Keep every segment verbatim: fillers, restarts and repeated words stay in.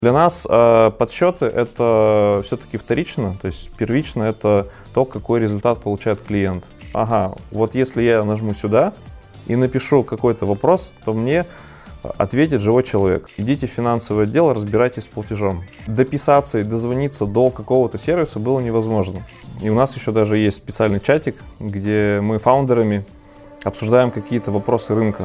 Для нас э, подсчеты это все-таки вторично, то есть первично это то, какой результат получает клиент. Ага, вот если я нажму сюда и напишу какой-то вопрос, то мне ответит живой человек. Идите в финансовый отдел, разбирайтесь с платежом. Дописаться и дозвониться до какого-то сервиса было невозможно. И у нас еще даже есть специальный чатик, где мы фаундерами обсуждаем какие-то вопросы рынка.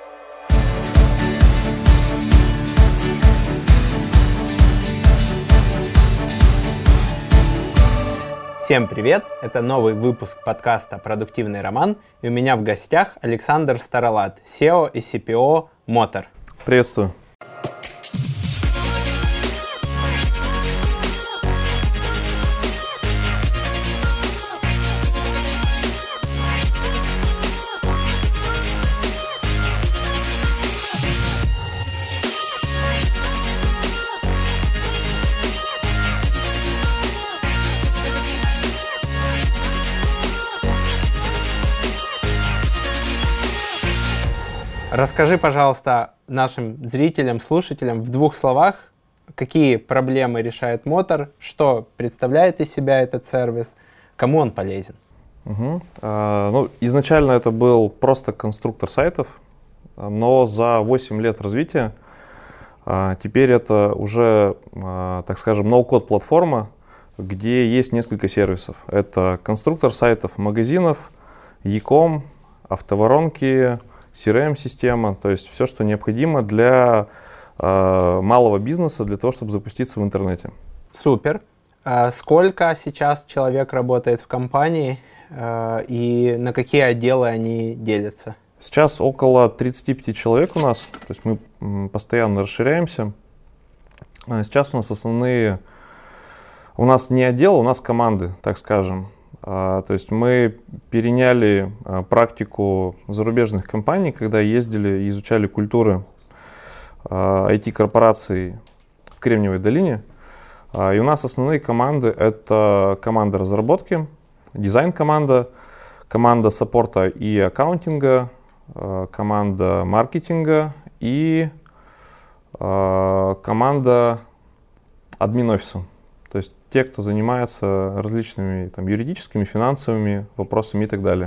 Всем привет! Это новый выпуск подкаста «Продуктивный роман», и у меня в гостях Александр Старолат, си и о и си пи о Motor. Приветствую! Расскажи, пожалуйста, нашим зрителям, слушателям в двух словах, какие проблемы решает Motor, что представляет из себя этот сервис, кому он полезен. Угу. А, ну, изначально это был просто конструктор сайтов, но за восемь лет развития а, теперь это уже, а, так скажем, ноу-код платформа, где есть несколько сервисов. Это конструктор сайтов, магазинов, e-com, автоворонки, си ар эм-система, то есть все, что необходимо для э, малого бизнеса, для того, чтобы запуститься в интернете. Супер. А сколько сейчас человек работает в компании э, и на какие отделы они делятся? Сейчас около тридцати пяти человек у нас, то есть мы м, постоянно расширяемся. Сейчас у нас основные, у нас не отделы, у нас команды, так скажем. То есть мы переняли практику зарубежных компаний, когда ездили и изучали культуры ай ти-корпораций в Кремниевой долине. И у нас основные команды — это команда разработки, дизайн-команда, команда саппорта и аккаунтинга, команда маркетинга и команда админ-офиса. То есть те, кто занимается различными там, юридическими, финансовыми вопросами и так далее.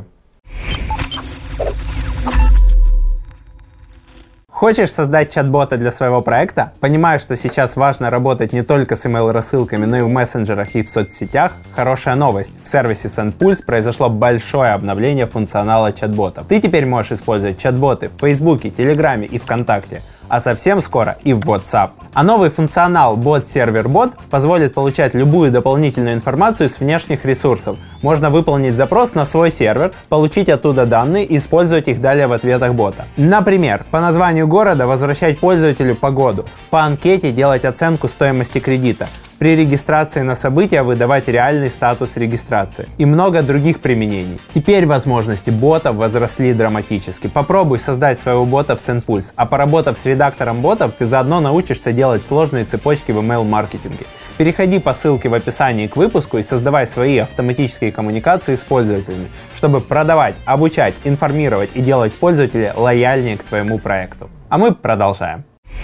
Хочешь создать чат-бота для своего проекта? Понимаешь, что сейчас важно работать не только с email-рассылками, но и в мессенджерах и в соцсетях? Хорошая новость. В сервисе SendPulse произошло большое обновление функционала чат-ботов. Ты теперь можешь использовать чат-боты в Фейсбуке, Телеграме и ВКонтакте, а совсем скоро и в WhatsApp. А новый функционал бот-сервер-бот позволит получать любую дополнительную информацию с внешних ресурсов. Можно выполнить запрос на свой сервер, получить оттуда данные и использовать их далее в ответах бота. Например, по названию города возвращать пользователю погоду, по анкете делать оценку стоимости кредита, при регистрации на события выдавать реальный статус регистрации и много других применений. Теперь возможности ботов возросли драматически. Попробуй создать своего бота в SendPulse, а поработав с редактором ботов, ты заодно научишься делать сложные цепочки в email-маркетинге. Переходи по ссылке в описании к выпуску и создавай свои автоматические коммуникации с пользователями, чтобы продавать, обучать, информировать и делать пользователя лояльнее к твоему проекту. А мы продолжаем.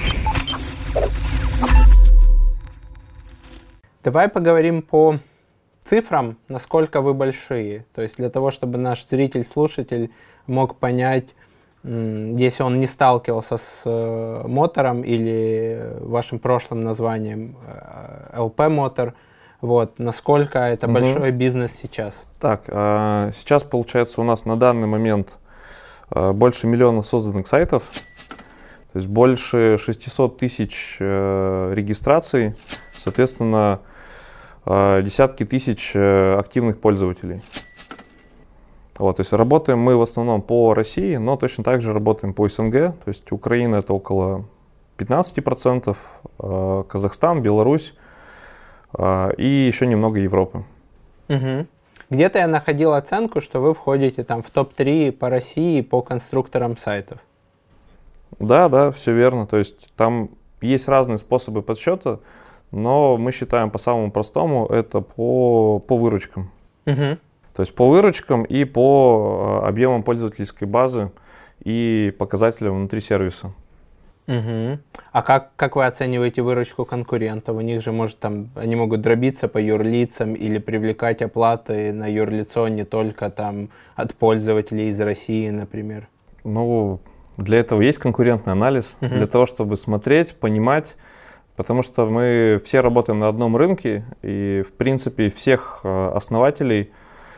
Давай поговорим по цифрам, насколько вы большие. То есть для того, чтобы наш зритель-слушатель мог понять, если он не сталкивался с Motor или вашим прошлым названием эл пи Motor, вот, насколько это угу. большой бизнес сейчас. Так, сейчас получается у нас на данный момент больше миллиона созданных сайтов, то есть больше шестисот тысяч регистраций, соответственно, десятки тысяч активных пользователей. Вот, то есть работаем мы в основном по России, но точно так же работаем по эс эн гэ, то есть Украина это около пятнадцати процентов, Казахстан, Беларусь и еще немного Европы. Угу. Где-то я находил оценку, что вы входите там в топ три по России по конструкторам сайтов. Да, да, все верно. То есть там есть разные способы подсчета, но мы считаем по самому простому, это по, по выручкам. Угу. То есть по выручкам и по объемам пользовательской базы и показателям внутри сервиса. Угу. А как, как вы оцениваете выручку конкурентов? У них же, может, там, они могут дробиться по юрлицам или привлекать оплаты на юрлицо не только там от пользователей из России, например? Ну, для этого есть конкурентный анализ, Угу. для того, чтобы смотреть, понимать, потому что мы все работаем на одном рынке, и, в принципе, всех э, основателей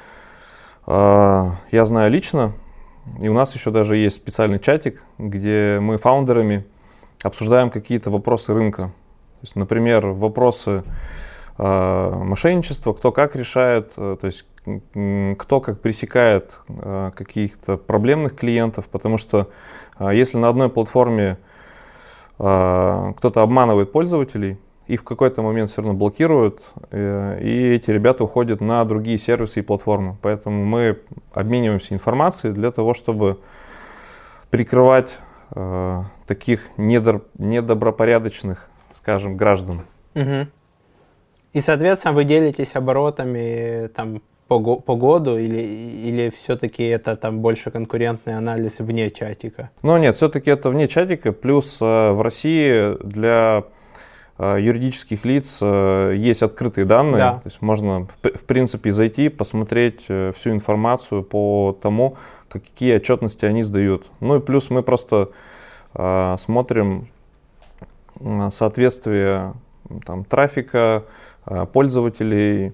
э, я знаю лично, и у нас еще даже есть специальный чатик, где мы фаундерами обсуждаем какие-то вопросы рынка. То есть, например, вопросы э, мошенничества, кто как решает, э, то есть э, кто как пресекает э, каких-то проблемных клиентов, потому что э, если на одной платформе э, кто-то обманывает пользователей, их в какой-то момент все равно блокируют, э, и эти ребята уходят на другие сервисы и платформы. Поэтому мы обмениваемся информацией для того, чтобы прикрывать э, таких недор, недобропорядочных, скажем, граждан. Угу. И, соответственно, вы делитесь оборотами там, по, го- по году или, или все-таки это там больше конкурентный анализ вне чатика? Но нет, все-таки это вне чатика. Плюс э, в России для э, юридических лиц э, есть открытые данные. Да. То есть можно, в, в принципе, зайти, посмотреть э, всю информацию по тому, какие отчетности они сдают. Ну и плюс мы просто э, смотрим э, соответствие там, трафика, э, пользователей,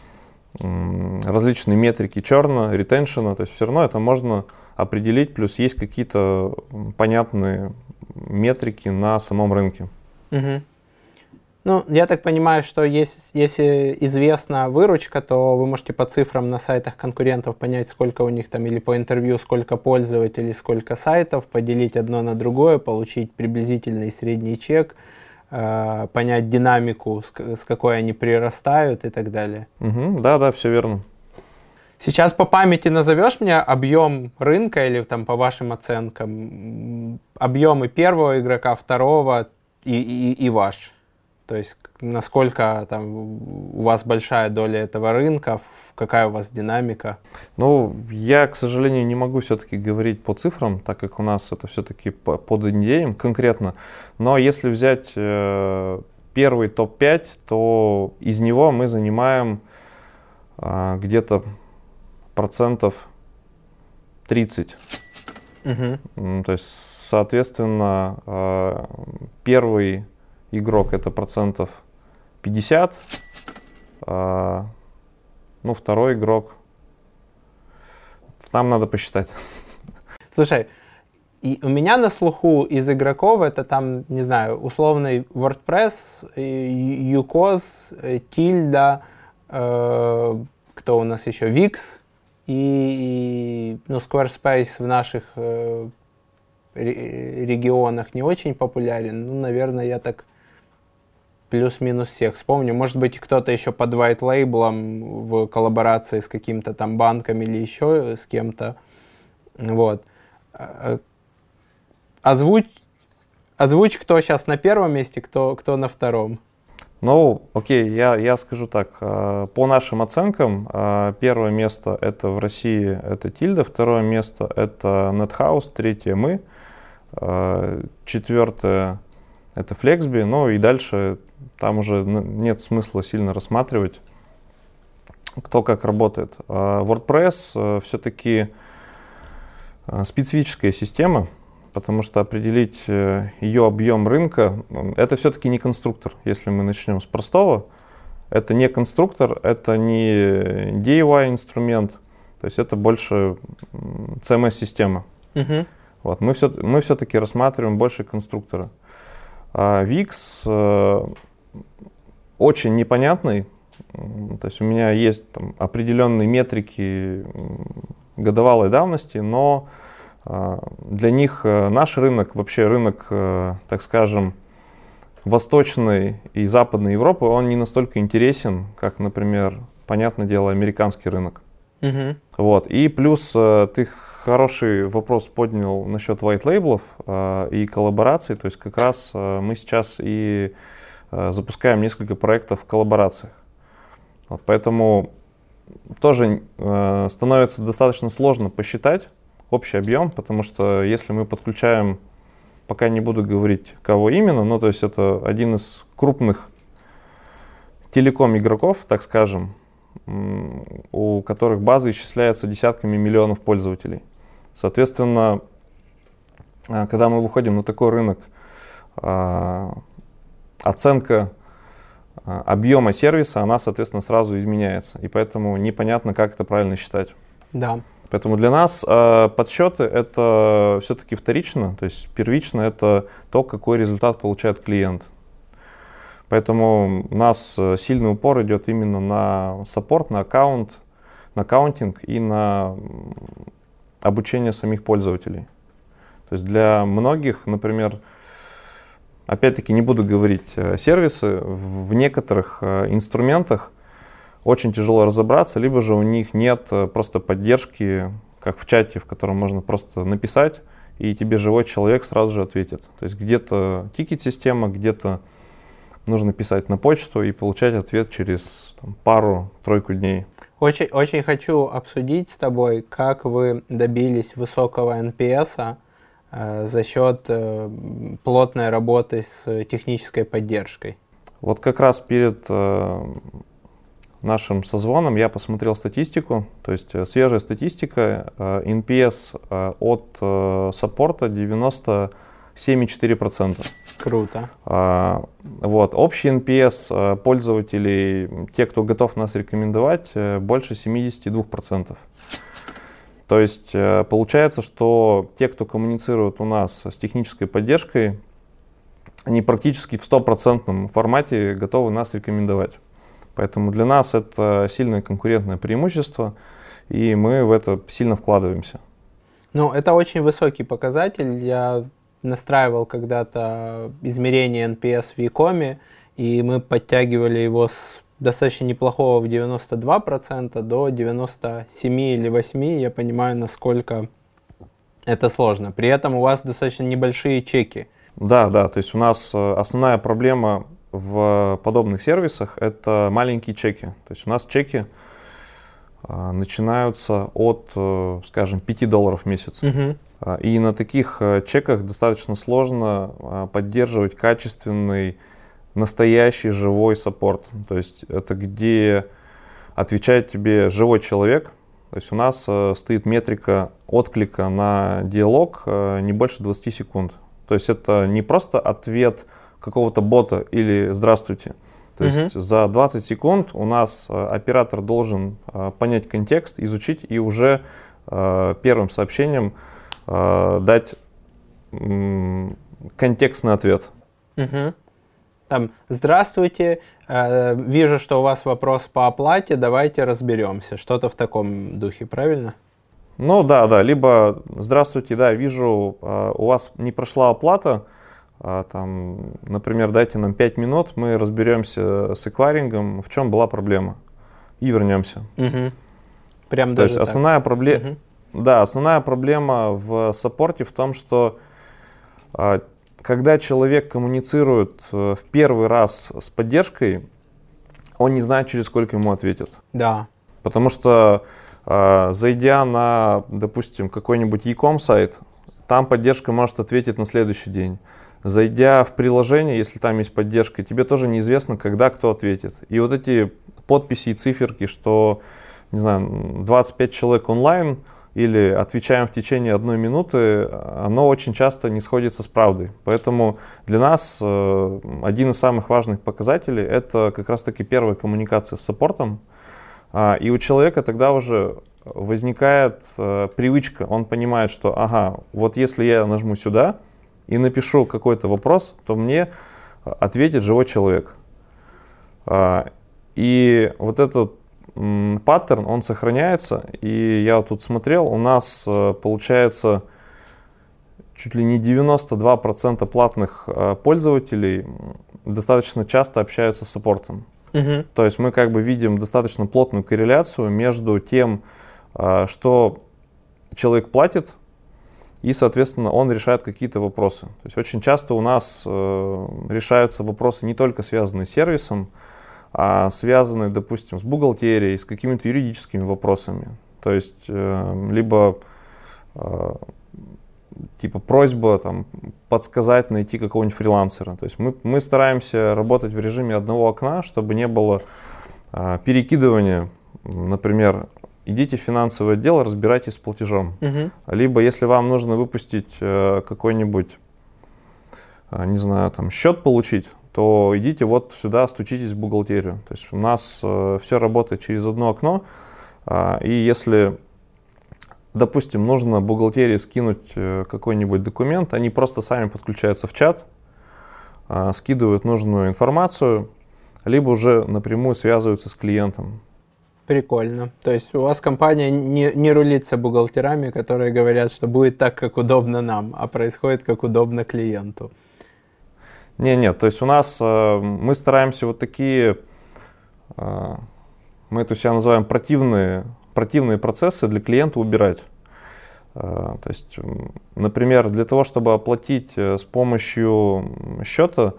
э, различные метрики черна, ретеншена. То есть все равно это можно определить. Плюс есть какие-то понятные метрики на самом рынке. Угу. Ну, я так понимаю, что есть, если известна выручка, то вы можете по цифрам на сайтах конкурентов понять, сколько у них там, или по интервью, сколько пользователей, сколько сайтов, поделить одно на другое, получить приблизительный средний чек, э, понять динамику, с, с какой они прирастают и так далее. Угу, да, да, все верно. Сейчас по памяти назовешь мне объем рынка или там по вашим оценкам, объемы первого игрока, второго и, и, и ваш? То есть насколько там у вас большая доля этого рынка, какая у вас динамика? Ну, я, к сожалению, не могу все-таки говорить по цифрам, так как у нас это все-таки под эн ди эй конкретно. Но если взять э, первый топ пять, то из него мы занимаем э, где-то процентов тридцать. Угу. То есть, соответственно, э, первый игрок это процентов пятьдесят, а, ну, второй игрок, там надо посчитать. Слушай, и у меня на слуху из игроков это там, не знаю, условный WordPress, Юкоз, Tilda, э, кто у нас еще, Wix и, ну, Squarespace в наших э, регионах не очень популярен. Ну, наверное, я так плюс-минус всех вспомню. Может быть, кто-то еще под white лейблом в коллаборации с каким-то там банком или еще с кем-то. Вот. Озвучь, озвучь, кто сейчас на первом месте, кто, кто на втором. Ну, окей, я, я скажу так. По нашим оценкам, первое место это в России это Tilda, второе место это NetHouse, третье мы, четвертое это Flexby, ну и дальше там уже нет смысла сильно рассматривать, кто как работает. WordPress все-таки специфическая система, потому что определить ее объем рынка, это все-таки не конструктор. Если мы начнем с простого, это не конструктор, это не ди ай уай инструмент, то есть это больше си эм эс-система. Угу. Вот, мы, все, мы все-таки рассматриваем больше конструктора. А Wix э, очень непонятный, то есть у меня есть там, определенные метрики годовалой давности, но э, для них э, наш рынок, вообще рынок, э, так скажем, Восточной и Западной Европы, он не настолько интересен, как, например, понятное дело, американский рынок. Угу. Вот. И плюс э, ты хороший вопрос поднял насчет white лейблов э, и коллабораций. То есть как раз э, мы сейчас и э, запускаем несколько проектов в коллаборациях. Вот, поэтому тоже э, становится достаточно сложно посчитать общий объем, потому что если мы подключаем пока не буду говорить, кого именно, но то есть это один из крупных телеком-игроков, так скажем, у которых база исчисляется десятками миллионов пользователей. Соответственно, когда мы выходим на такой рынок, оценка объема сервиса, она, соответственно, сразу изменяется. И поэтому непонятно, как это правильно считать. Да. Поэтому для нас э, подсчеты это все-таки вторично, то есть первично это то, какой результат получает клиент. Поэтому у нас сильный упор идет именно на саппорт, на аккаунт, на аккаунтинг и на обучение самих пользователей. То есть для многих, например, опять-таки не буду говорить сервисы, в некоторых инструментах очень тяжело разобраться, либо же у них нет просто поддержки, как в чате, в котором можно просто написать, и тебе живой человек сразу же ответит. То есть где-то тикет-система, где-то нужно писать на почту и получать ответ через там, пару-тройку дней. Очень, очень хочу обсудить с тобой, как вы добились высокого эн пи эс э, за счет э, плотной работы с технической поддержкой. Вот как раз перед э, нашим созвоном я посмотрел статистику, то есть свежая статистика, эн пи эс от саппорта девяносто семь и четыре десятых процента. Круто. Вот. Общий эн пи эс пользователей, те, кто готов нас рекомендовать, больше семьдесят два процента. То есть получается, что те, кто коммуницирует у нас с технической поддержкой, они практически в стопроцентном формате готовы нас рекомендовать. Поэтому для нас это сильное конкурентное преимущество, и мы в это сильно вкладываемся. Ну, это очень высокий показатель. Я настраивал когда-то измерение эн пи эс в Якоме, и мы подтягивали его с достаточно неплохого в девяносто два процента до девяноста семи или восьми. Я понимаю, насколько это сложно. При этом у вас достаточно небольшие чеки. Да, да, то есть у нас основная проблема в подобных сервисах это маленькие чеки. То есть у нас чеки а, начинаются от, скажем, пяти долларов в месяц. Угу. А, и на таких а, чеках достаточно сложно а, поддерживать качественный, настоящий живой саппорт. То есть это где отвечает тебе живой человек. То есть у нас а, стоит метрика отклика на диалог а, не больше двадцати секунд. То есть это не просто ответ какого-то бота или «здравствуйте». То есть uh-huh. за двадцать секунд у нас а, оператор должен а, понять контекст, изучить и уже а, первым сообщением а, дать м, контекстный ответ. Uh-huh. Там «здравствуйте, э, вижу, что у вас вопрос по оплате, давайте разберемся». Что-то в таком духе, правильно? Ну да, да, либо «здравствуйте, да, вижу, а, у вас не прошла оплата, а, там, например, дайте нам пять минут, мы разберемся с эквайрингом, в чем была проблема, и вернемся». Угу. Прям То даже есть основная, пробле... угу. да, основная проблема в саппорте в том, что а, когда человек коммуницирует в первый раз с поддержкой, он не знает, через сколько ему ответят. Да. Потому что а, зайдя на, допустим, какой-нибудь e-com сайт, там поддержка может ответить на следующий день. Зайдя в приложение, если там есть поддержка, тебе тоже неизвестно, когда кто ответит. И вот эти подписи и циферки, что, не знаю, двадцать пять человек онлайн или отвечаем в течение одной минуты, оно очень часто не сходится с правдой. Поэтому для нас э, один из самых важных показателей — это как раз-таки первая коммуникация с саппортом. А, и у человека тогда уже возникает э, привычка, он понимает, что ага, вот если я нажму сюда и напишу какой-то вопрос, то мне ответит живой человек. А, и вот этот м, паттерн, он сохраняется. И я вот тут смотрел, у нас а, получается чуть ли не девяносто два процента платных а, пользователей достаточно часто общаются с саппортом. Угу. То есть мы как бы видим достаточно плотную корреляцию между тем, а, что человек платит, и, соответственно, он решает какие-то вопросы. То есть очень часто у нас э, решаются вопросы не только связанные с сервисом, а связанные, допустим, с бухгалтерией, с какими-то юридическими вопросами. То есть э, либо э, типа просьба там, подсказать, найти какого-нибудь фрилансера. То есть мы, мы стараемся работать в режиме одного окна, чтобы не было а, перекидывания, например, идите в финансовый отдел, разбирайтесь с платежом. Uh-huh. Либо если вам нужно выпустить а, какой-нибудь, а, не знаю, там счет получить, то идите вот сюда, стучитесь в бухгалтерию. То есть у нас а, все работает через одно окно, а, и если... Допустим, нужно бухгалтерии скинуть какой-нибудь документ, они просто сами подключаются в чат, скидывают нужную информацию, либо уже напрямую связываются с клиентом. Прикольно. То есть у вас компания не, не рулится бухгалтерами, которые говорят, что будет так, как удобно нам, а происходит, как удобно клиенту. Не, нет, то есть у нас мы стараемся вот такие, мы это себя называем противные, противные процессы для клиента убирать. То есть, например, для того, чтобы оплатить с помощью счета,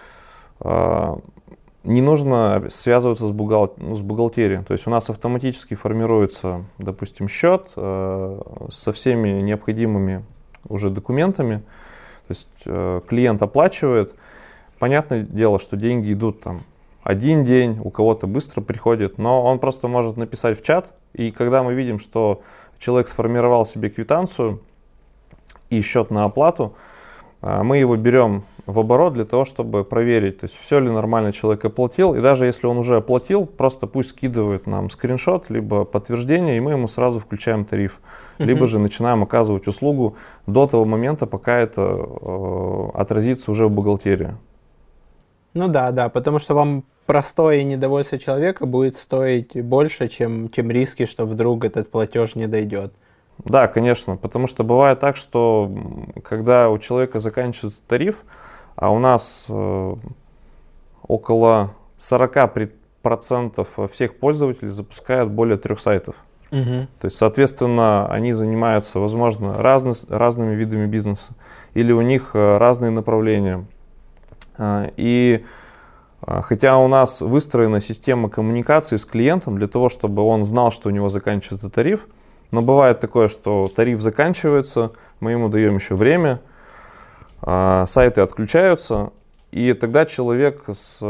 не нужно связываться с, бухгал... с бухгалтерией. То есть у нас автоматически формируется, допустим, счет со всеми необходимыми уже документами. То есть клиент оплачивает. Понятное дело, что деньги идут там один день, у кого-то быстро приходит, но он просто может написать в чат, и когда мы видим, что человек сформировал себе квитанцию и счет на оплату, мы его берем в оборот для того, чтобы проверить, то есть все ли нормально человек оплатил, и даже если он уже оплатил, просто пусть скидывает нам скриншот, либо подтверждение, и мы ему сразу включаем тариф, uh-huh. либо же начинаем оказывать услугу до того момента, пока это э, отразится уже в бухгалтерии. Ну да, да, потому что вам простое недовольство человека будет стоить больше, чем, чем риски, что вдруг этот платеж не дойдет. Да, конечно, потому что бывает так, что когда у человека заканчивается тариф, а у нас э, около сорок процентов всех пользователей запускают более трех сайтов. Угу. То есть, соответственно, они занимаются, возможно, разно, разными видами бизнеса, или у них разные направления. И хотя у нас выстроена система коммуникации с клиентом для того, чтобы он знал, что у него заканчивается тариф, но бывает такое, что тариф заканчивается, мы ему даем еще время, сайты отключаются, и тогда человек с,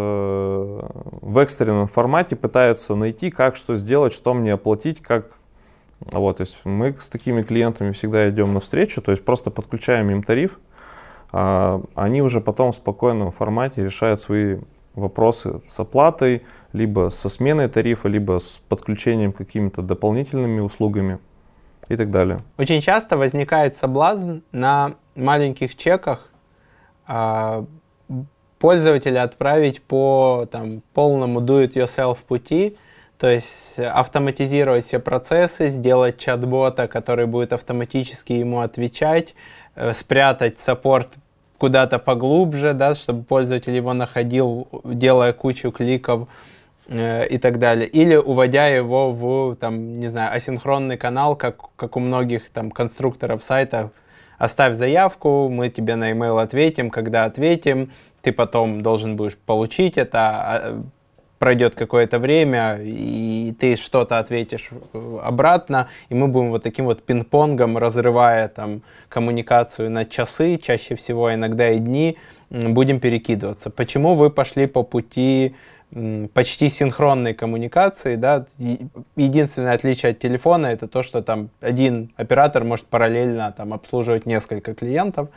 в экстренном формате пытается найти, как что сделать, что мне оплатить, как... Вот, то есть мы с такими клиентами всегда идем навстречу, то есть просто подключаем им тариф, а они уже потом в спокойном формате решают свои вопросы с оплатой, либо со сменой тарифа, либо с подключением к какими-то дополнительными услугами и так далее. Очень часто возникает соблазн на маленьких чеках э, пользователя отправить по там, полному do-it-yourself пути, то есть автоматизировать все процессы, сделать чат-бота, который будет автоматически ему отвечать, спрятать саппорт куда-то поглубже, да, чтобы пользователь его находил, делая кучу кликов э, и так далее. Или уводя его в, там, не знаю, асинхронный канал, как, как у многих там, конструкторов сайтов. Оставь заявку, мы тебе на email ответим, когда ответим, ты потом должен будешь получить это, пройдет какое-то время, и ты что-то ответишь обратно, и мы будем вот таким вот пинг-понгом, разрывая там коммуникацию на часы, чаще всего иногда и дни, будем перекидываться. Почему вы пошли по пути почти синхронной коммуникации, да? Единственное отличие от телефона — это то, что там один оператор может параллельно там обслуживать несколько клиентов,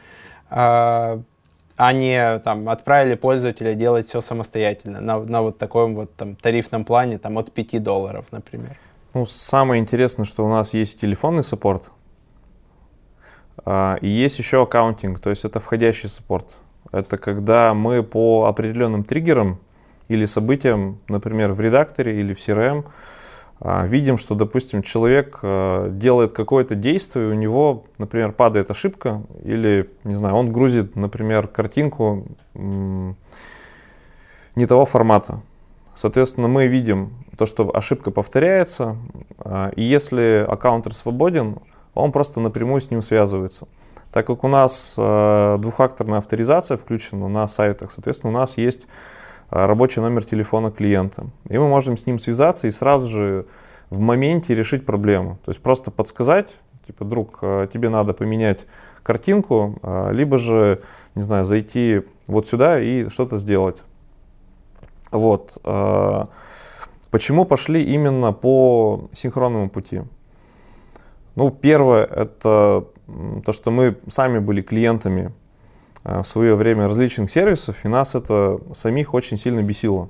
а не там, отправили пользователя делать все самостоятельно на, на вот таком вот там, тарифном плане там, от пяти долларов, например. Ну, самое интересное, что у нас есть телефонный саппорт, а, и есть еще аккаунтинг, то есть это входящий саппорт. Это когда мы по определенным триггерам или событиям, например, в редакторе или в си эр эм, видим, что, допустим, человек делает какое-то действие, у него, например, падает ошибка, или, не знаю, он грузит, например, картинку не того формата. Соответственно, мы видим то, что ошибка повторяется, и если аккаунтер свободен, он просто напрямую с ним связывается. Так как у нас двухфакторная авторизация включена на сайтах, соответственно, у нас есть рабочий номер телефона клиента. И мы можем с ним связаться и сразу же в моменте решить проблему. То есть просто подсказать, типа, друг, тебе надо поменять картинку, либо же, не знаю, зайти вот сюда и что-то сделать. Вот. Почему пошли именно по синхронному пути? Ну, первое, это то, что мы сами были клиентами в свое время различных сервисов, и нас это самих очень сильно бесило.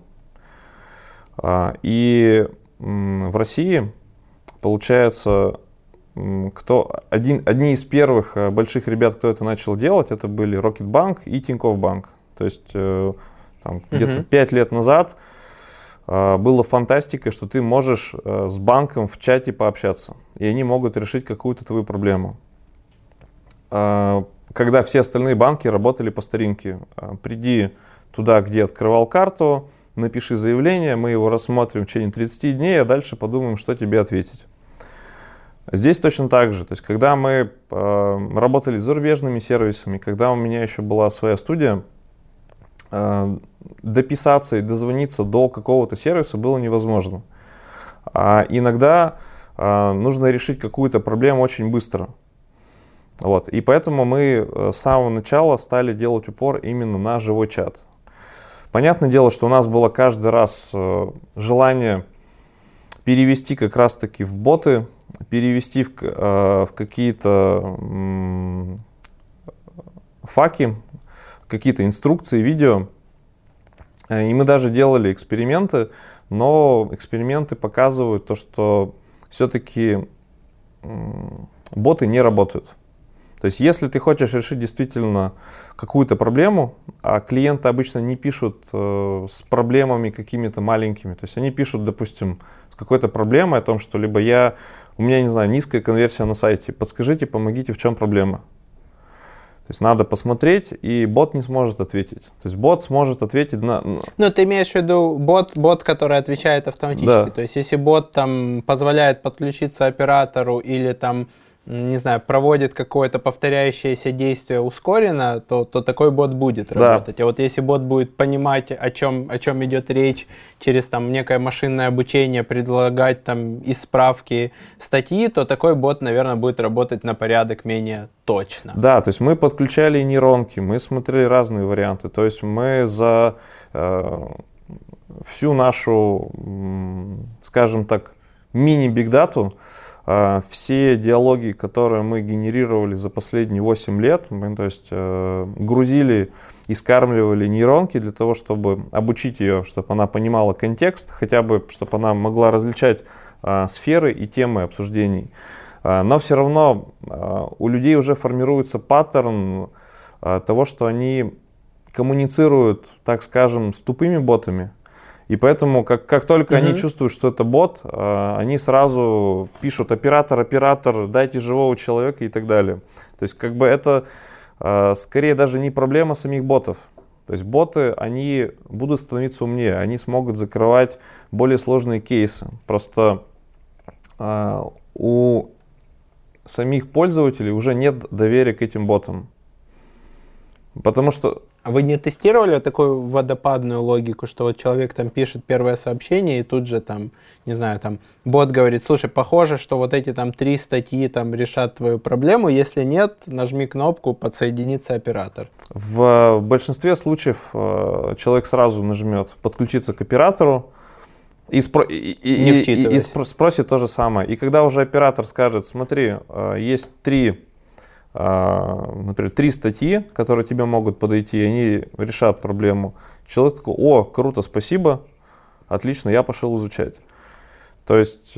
И в России, получается, кто, один, одни из первых больших ребят, кто это начал делать, это были Рокетбанк и Тинькофф Банк. То есть там, uh-huh. где-то пять лет назад было фантастикой, что ты можешь с банком в чате пообщаться, и они могут решить какую-то твою проблему. Когда все остальные банки работали по старинке. Приди туда, где открывал карту, напиши заявление, мы его рассмотрим в течение тридцати дней, а дальше подумаем, что тебе ответить. Здесь точно так же. То есть, когда мы работали с зарубежными сервисами, когда у меня еще была своя студия, дописаться и дозвониться до какого-то сервиса было невозможно. А иногда нужно решить какую-то проблему очень быстро. Вот. И поэтому мы с самого начала стали делать упор именно на живой чат. Понятное дело, что у нас было каждый раз желание перевести как раз-таки в боты, перевести в, в какие-то факи, какие-то инструкции, видео. И мы даже делали эксперименты, но эксперименты показывают то, что все-таки боты не работают. То есть, если ты хочешь решить действительно какую-то проблему, а клиенты обычно не пишут э, с проблемами какими-то маленькими, то есть они пишут, допустим, с какой-то проблемой о том, что либо я, у меня, не знаю, низкая конверсия на сайте, подскажите, помогите, в чем проблема. То есть надо посмотреть, и бот не сможет ответить. То есть бот сможет ответить на... Ну, ты имеешь в виду бот, бот, который отвечает автоматически. Да. То есть если бот там позволяет подключиться оператору или там, не знаю, проводит какое-то повторяющееся действие ускоренно, то, то такой бот будет работать. Да. А вот если бот будет понимать, о чем, о чем идет речь, через там некое машинное обучение, предлагать там исправки статьи, то такой бот, наверное, будет работать на порядок менее точно. Да, то есть мы подключали нейронки, мы смотрели разные варианты. То есть мы за э, всю нашу, скажем так, мини-бигдату, все диалоги, которые мы генерировали за последние восемь лет, мы, то есть, грузили и скармливали нейронки для того, чтобы обучить ее, чтобы она понимала контекст, хотя бы, чтобы она могла различать сферы и темы обсуждений. Но все равно у людей уже формируется паттерн того, что они коммуницируют, так скажем, с тупыми ботами. И поэтому, как, как только mm-hmm. они чувствуют, что это бот, э, они сразу пишут оператор, оператор, дайте живого человека и так далее. То есть, как бы это э, скорее даже не проблема самих ботов. То есть, боты, они будут становиться умнее, они смогут закрывать более сложные кейсы. Просто э, у самих пользователей уже нет доверия к этим ботам. Потому что... А вы не тестировали такую водопадную логику, что вот человек там пишет первое сообщение, и тут же там, не знаю, там бот говорит, слушай, похоже, что вот эти там три статьи там решат твою проблему, если нет, нажми кнопку «Подсоединиться оператор». В большинстве случаев человек сразу нажмет «Подключиться к оператору», и, спро- и, и, и, и спро- спросит то же самое. И когда уже оператор скажет, смотри, есть три... например, три статьи, которые тебе могут подойти, и они решат проблему. Человек такой, о, круто, спасибо, отлично, я пошел изучать. То есть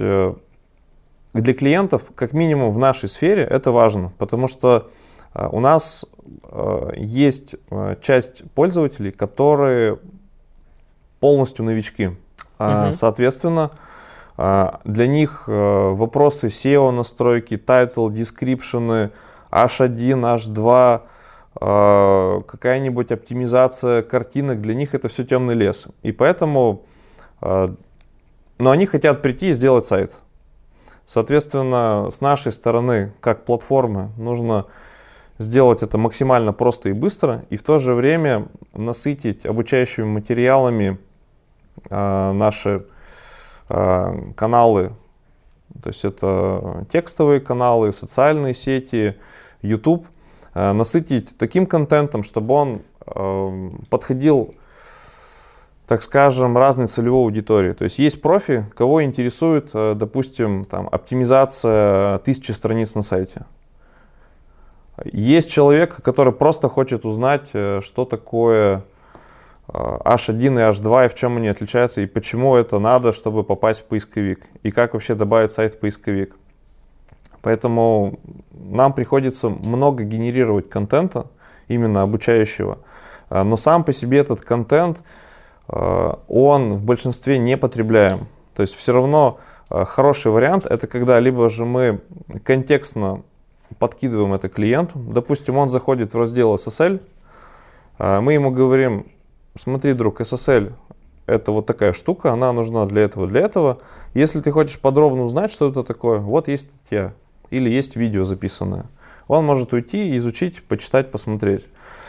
для клиентов, как минимум в нашей сфере, это важно, потому что у нас есть часть пользователей, которые полностью новички. Угу. Соответственно, для них вопросы сео настройки, тайтл, дескрипшены, эйч один, эйч два, э, какая-нибудь оптимизация картинок, для них это все темный лес. И поэтому, э, но они хотят прийти и сделать сайт. Соответственно, с нашей стороны, как платформы, нужно сделать это максимально просто и быстро, и в то же время насытить обучающими материалами э, наши э, каналы То есть это текстовые каналы, социальные сети, YouTube. Насытить таким контентом, чтобы он подходил, так скажем, разной целевой аудитории. То есть есть профи, кого интересует, допустим, там, оптимизация тысячи страниц на сайте. Есть человек, который просто хочет узнать, что такое эйч один и эйч два, и в чем они отличаются, и почему это надо, чтобы попасть в поисковик, и как вообще добавить сайт в поисковик. Поэтому нам приходится много генерировать контента, именно обучающего. Но сам по себе этот контент, он в большинстве не потребляем. То есть все равно хороший вариант — это когда либо же мы контекстно подкидываем это клиенту. Допустим, он заходит в раздел эс эс эль, мы ему говорим: смотри, друг, эс эс эль — это вот такая штука, она нужна для этого, для этого. Если ты хочешь подробно узнать, что это такое, вот есть статья или есть видео записанное. Он может уйти, изучить, почитать, посмотреть.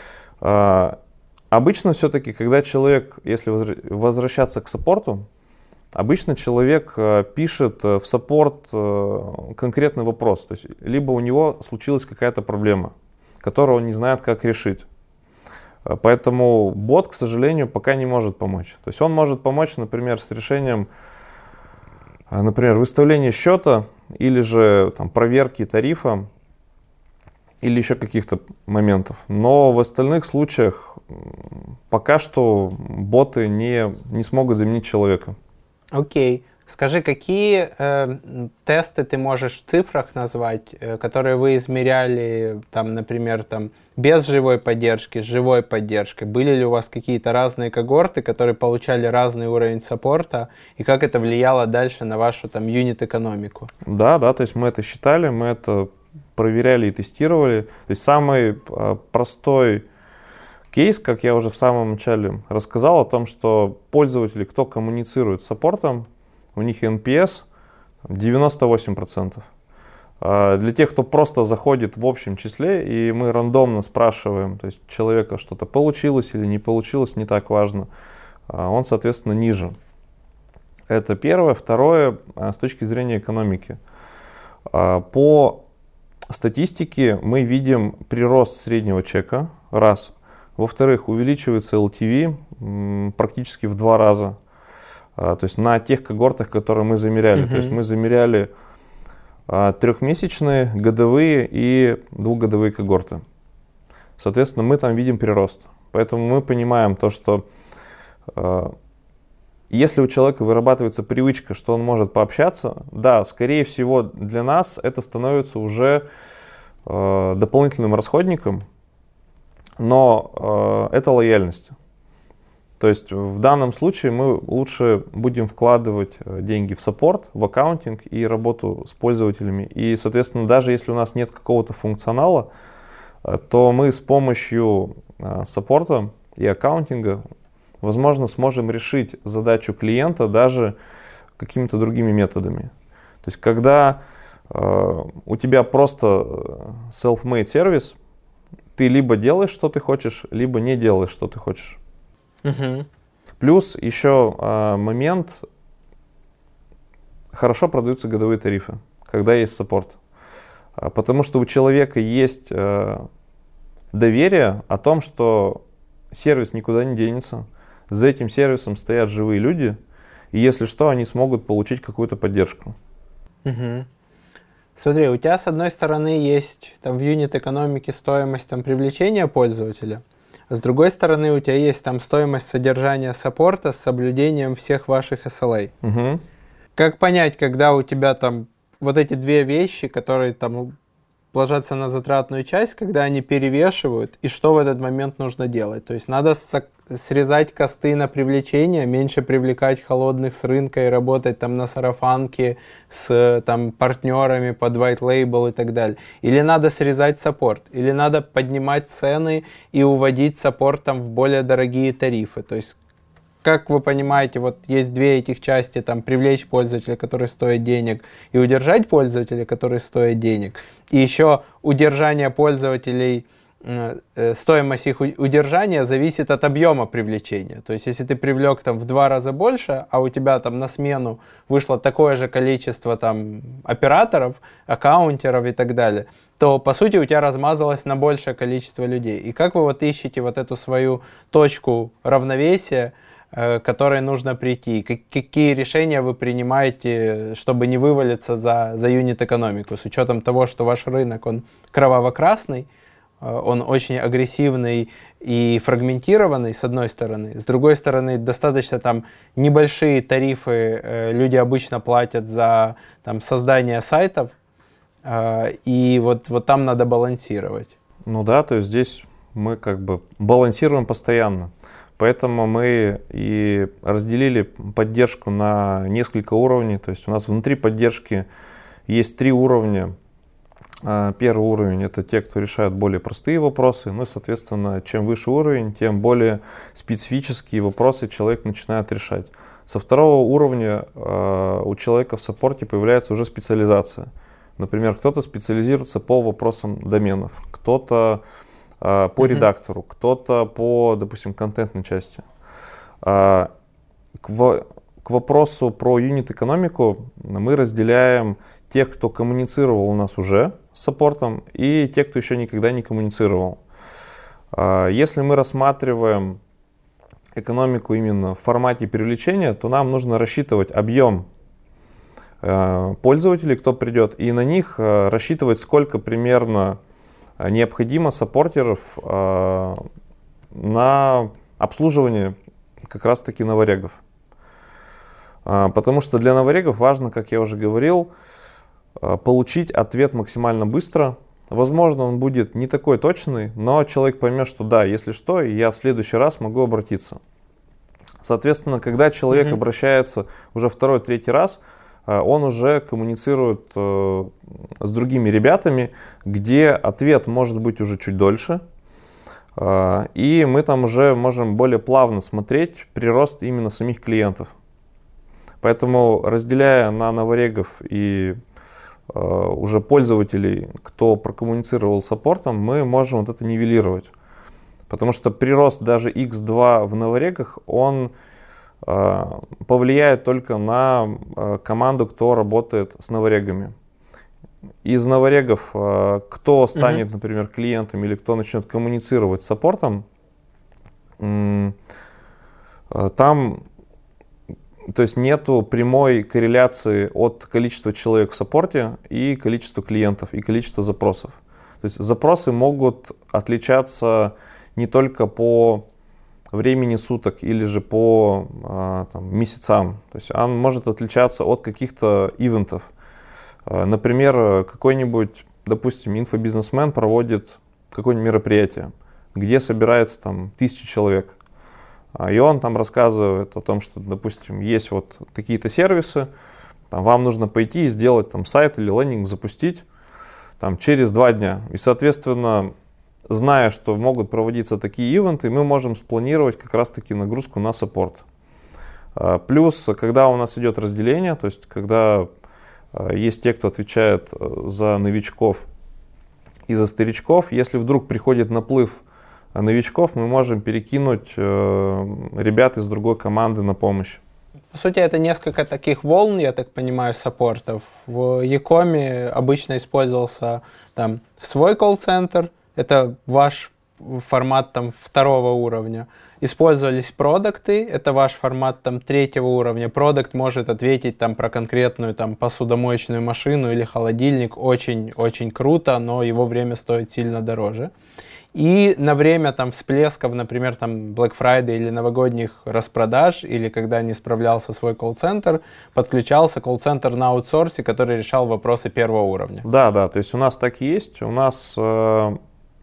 Обычно все-таки, когда человек, если возвращаться к саппорту, обычно человек пишет в саппорт конкретный вопрос. То есть либо у него случилась какая-то проблема, которую он не знает, как решить. Поэтому бот, к сожалению, пока не может помочь. То есть он может помочь, например, с решением, например, выставления счета или же там, проверки тарифа или еще каких-то моментов. Но в остальных случаях пока что боты не, не смогут заменить человека. Окей. Скажи, какие э, тесты ты можешь в цифрах назвать, э, которые вы измеряли, там, например, там, без живой поддержки, с живой поддержкой? Были ли у вас какие-то разные когорты, которые получали разный уровень саппорта, и как это влияло дальше на вашу там юнит-экономику? Да, да, то есть мы это считали, мы это проверяли и тестировали. То есть самый э, простой кейс, как я уже в самом начале рассказал, о том, что пользователи, кто коммуницирует с саппортом, у них эн пи эс девяносто восемь процентов. Для тех, кто просто заходит в общем числе, и мы рандомно спрашиваем, то есть человека что-то получилось или не получилось, не так важно, он, соответственно, ниже. Это первое. Второе, с точки зрения экономики. По статистике мы видим прирост среднего чека, раз. Во-вторых, увеличивается эл ти ви практически в два раза. То есть на тех когортах, которые мы замеряли. Mm-hmm. То есть мы замеряли а, трехмесячные, годовые и двухгодовые когорты. Соответственно, мы там видим прирост. Поэтому мы понимаем то, что а, если у человека вырабатывается привычка, что он может пообщаться, да, скорее всего для нас это становится уже а, дополнительным расходником, но а, это лояльность. То есть в данном случае мы лучше будем вкладывать деньги в саппорт, в аккаунтинг и работу с пользователями. И, соответственно, даже если у нас нет какого-то функционала, то мы с помощью саппорта и аккаунтинга, возможно, сможем решить задачу клиента даже какими-то другими методами. То есть когда у тебя просто self-made сервис, ты либо делаешь, что ты хочешь, либо не делаешь, что ты хочешь. Uh-huh. Плюс еще а, момент, хорошо продаются годовые тарифы, когда есть саппорт. А, потому что у человека есть а, доверие о том, что сервис никуда не денется, за этим сервисом стоят живые люди, и если что, они смогут получить какую-то поддержку. Uh-huh. Смотри, у тебя с одной стороны есть там в юнит-экономике стоимость там, привлечения пользователя, с другой стороны, у тебя есть там стоимость содержания саппорта с соблюдением всех ваших эс эл эй. Угу. Как понять, когда у тебя там вот эти две вещи, которые там ложатся на затратную часть, когда они перевешивают, и что в этот момент нужно делать? То есть надо срезать косты на привлечение, меньше привлекать холодных с рынка и работать там на сарафанке с там партнерами под white label и так далее. Или надо срезать саппорт, или надо поднимать цены и уводить саппорт там в более дорогие тарифы. То есть, как вы понимаете, вот есть две этих части, там привлечь пользователя, который стоит денег, и удержать пользователя, который стоит денег. И еще удержание пользователей стоимость их удержания зависит от объема привлечения. То есть, если ты привлек там в два раза больше, а у тебя там на смену вышло такое же количество там операторов, аккаунтеров и так далее, то, по сути, у тебя размазалось на большее количество людей. И как вы вот ищете вот эту свою точку равновесия, к которой нужно прийти? Какие решения вы принимаете, чтобы не вывалиться за, за юнит-экономику, с учетом того, что ваш рынок, он кроваво-красный, он очень агрессивный и фрагментированный, с одной стороны. С другой стороны, достаточно там небольшие тарифы э, люди обычно платят за там, создание сайтов, э, и вот, вот там надо балансировать. Ну да, то есть здесь мы как бы балансируем постоянно. Поэтому мы и разделили поддержку на несколько уровней. То есть у нас внутри поддержки есть три уровня. Первый уровень — это те, кто решает более простые вопросы. Ну и, соответственно, чем выше уровень, тем более специфические вопросы человек начинает решать. Со второго уровня у человека в саппорте появляется уже специализация. Например, кто-то специализируется по вопросам доменов, кто-то по mm-hmm. редактору, кто-то по, допустим, контентной части. К, к вопросу про юнит-экономику мы разделяем тех, кто коммуницировал у нас уже с саппортом, и тех, кто еще никогда не коммуницировал. Если мы рассматриваем экономику именно в формате привлечения, то нам нужно рассчитывать объем пользователей, кто придет, и на них рассчитывать, сколько примерно необходимо саппортеров на обслуживание как раз-таки новорегов. Потому что для новорегов важно, как я уже говорил, получить ответ максимально быстро. Возможно, он будет не такой точный, но человек поймет, что да, если что, я в следующий раз могу обратиться. Соответственно, когда человек mm-hmm. обращается уже второй, третий раз, он уже коммуницирует э, с другими ребятами, где ответ может быть уже чуть дольше. Э, и мы там уже можем более плавно смотреть прирост именно самих клиентов. Поэтому, разделяя на новорегов и э, уже пользователей, кто прокоммуницировал с саппортом, мы можем вот это нивелировать. Потому что прирост даже икс два в новорегах, он повлияет только на команду, кто работает с новорегами. Из новорегов, кто станет, угу. например, клиентом или кто начнет коммуницировать с саппортом, там, то есть, нету прямой корреляции от количества человек в саппорте и количества клиентов, и количества запросов. То есть запросы могут отличаться не только по времени суток или же по там, месяцам. То есть он может отличаться от каких-то ивентов. Например, какой-нибудь, допустим, инфобизнесмен проводит какое-нибудь мероприятие, где собирается там тысяча человек. И он там рассказывает о том, что, допустим, есть вот такие-то сервисы, там, вам нужно пойти и сделать там сайт или лендинг запустить там, через два дня. И, соответственно, зная, что могут проводиться такие ивенты, мы можем спланировать как раз-таки нагрузку на саппорт. Плюс, когда у нас идет разделение, то есть когда есть те, кто отвечает за новичков и за старичков, если вдруг приходит наплыв новичков, мы можем перекинуть ребят из другой команды на помощь. По сути, это несколько таких волн, я так понимаю, саппортов. В Якоме обычно использовался там свой колл-центр, это ваш формат там второго уровня. Использовались продукты, это ваш формат там третьего уровня. Продукт может ответить там про конкретную там посудомоечную машину или холодильник. Очень-очень круто, но его время стоит сильно дороже. И на время там всплесков, например, там Black Friday или новогодних распродаж, или когда не справлялся свой колл-центр, подключался колл-центр на аутсорсе, который решал вопросы первого уровня. Да, да, то есть у нас так и есть. У нас э,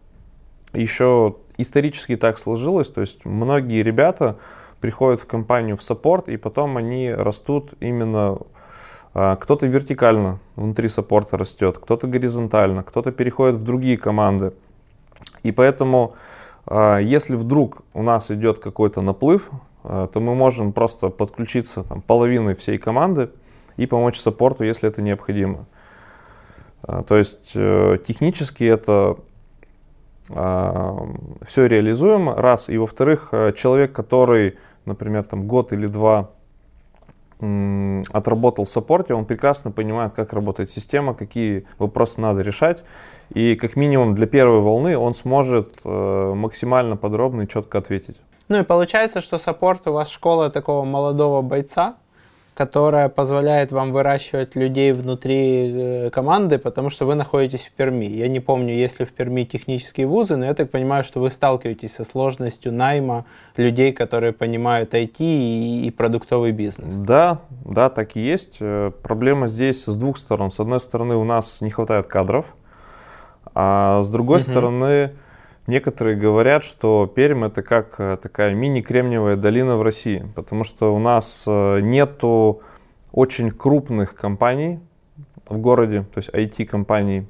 еще исторически так сложилось, то есть многие ребята приходят в компанию в саппорт, и потом они растут именно, э, кто-то вертикально внутри саппорта растет, кто-то горизонтально, кто-то переходит в другие команды. И поэтому, если вдруг у нас идет какой-то наплыв, то мы можем просто подключиться там, половиной всей команды и помочь саппорту, если это необходимо. То есть технически это все реализуемо, раз. И во-вторых, человек, который, например, там год или два отработал в саппорте, он прекрасно понимает, как работает система, какие вопросы надо решать. И как минимум для первой волны он сможет максимально подробно и четко ответить. Ну и получается, что саппорт у вас школа такого молодого бойца, которая позволяет вам выращивать людей внутри команды, потому что вы находитесь в Перми. Я не помню, есть ли в Перми технические вузы, но я так понимаю, что вы сталкиваетесь со сложностью найма людей, которые понимают ай ти и, и продуктовый бизнес. Да, да, так и есть. Проблема здесь с двух сторон. С одной стороны, у нас не хватает кадров, а с другой угу. стороны, некоторые говорят, что Пермь — это как такая мини-кремниевая долина в России, потому что у нас нету очень крупных компаний в городе, то есть ай ти-компаний.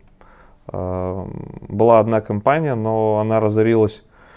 Была одна компания, но она разорилась.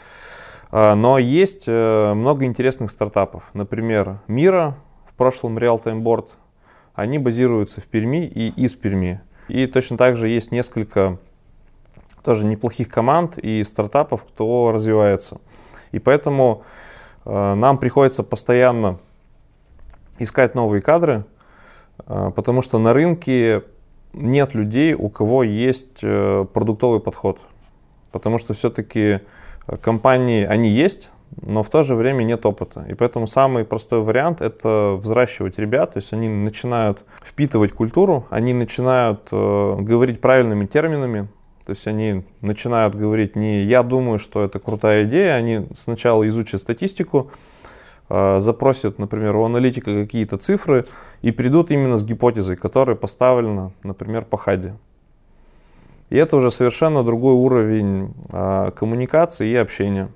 Но есть много интересных стартапов. Например, Мира, в прошлом Real Time Board, они базируются в Перми и из Перми. И точно так же есть несколько тоже неплохих команд и стартапов, кто развивается. И поэтому э, нам приходится постоянно искать новые кадры, э, потому что на рынке нет людей, у кого есть э, продуктовый подход. Потому что все-таки компании, они есть, но в то же время нет опыта. И поэтому самый простой вариант — это взращивать ребят. То есть они начинают впитывать культуру, они начинают э, говорить правильными терминами. То есть они начинают говорить не «я думаю, что это крутая идея», они сначала изучат статистику, э, запросят, например, у аналитика какие-то цифры и придут именно с гипотезой, которая поставлена, например, по хаде. И это уже совершенно другой уровень э, коммуникации и общения.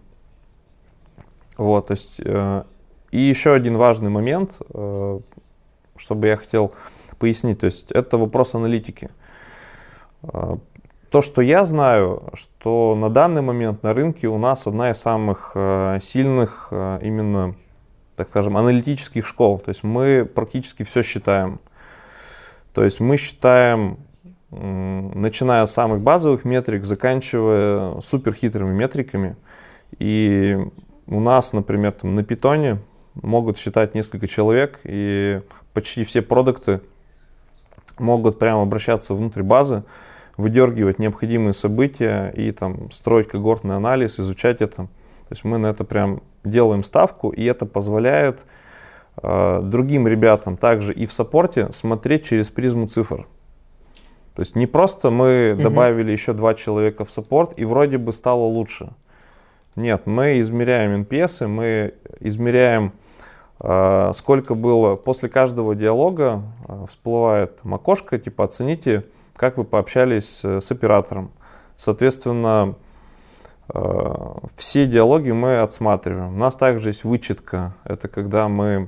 Вот, то есть, э, и еще один важный момент, э, чтобы я хотел пояснить, то есть это вопрос аналитики. Э, То, что я знаю, что на данный момент на рынке у нас одна из самых э, сильных э, именно, так скажем, аналитических школ. То есть мы практически все считаем. То есть мы считаем, э, начиная с самых базовых метрик, заканчивая суперхитрыми метриками. И у нас, например, там, на Python могут считать несколько человек, и почти все продукты могут прямо обращаться внутрь базы, выдергивать необходимые события и там строить когортный анализ, изучать это. То есть мы на это прям делаем ставку, и это позволяет э, другим ребятам также и в саппорте смотреть через призму цифр. То есть не просто мы угу. добавили еще два человека в саппорт, и вроде бы стало лучше. Нет, мы измеряем эн пи эс, мы измеряем, э, сколько было после каждого диалога, э, всплывает там окошко, типа оцените, как вы пообщались с оператором. Соответственно, все диалоги мы отсматриваем. У нас также есть вычетка. Это когда мы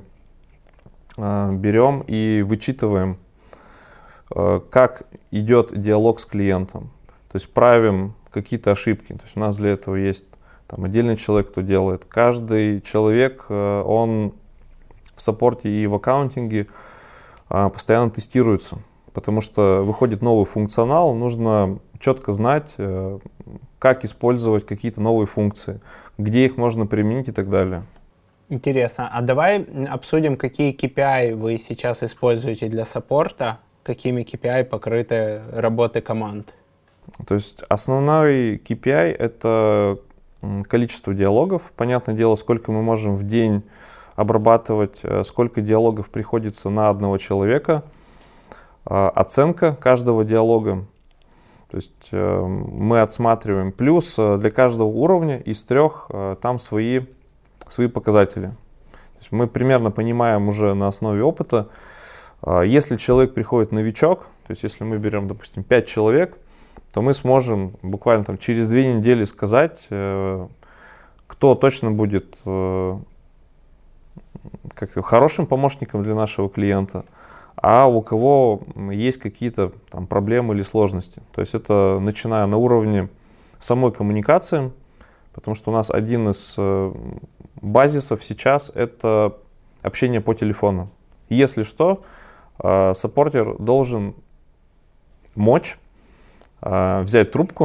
берем и вычитываем, как идет диалог с клиентом. То есть правим какие-то ошибки. То есть у нас для этого есть там отдельный человек, кто делает. Каждый человек, он в саппорте и в аккаунтинге постоянно тестируется. Потому что выходит новый функционал, нужно четко знать, как использовать какие-то новые функции, где их можно применить и так далее. Интересно. А давай обсудим, какие кей пи ай вы сейчас используете для саппорта, какими кей пи ай покрыты работы команд. То есть основной кей пи ай — это количество диалогов. Понятное дело, сколько мы можем в день обрабатывать, сколько диалогов приходится на одного человека. Оценка каждого диалога, то есть э, мы отсматриваем, плюс э, для каждого уровня из трех э, там свои, свои показатели. То есть мы примерно понимаем уже на основе опыта, э, если человек приходит новичок, то есть если мы берем, допустим, пять человек, то мы сможем буквально там, через две недели сказать, э, кто точно будет э, как хорошим помощником для нашего клиента, а у кого есть какие-то там проблемы или сложности. То есть это начиная на уровне самой коммуникации, потому что у нас один из базисов сейчас — это общение по телефону. Если что, саппортер должен мочь взять трубку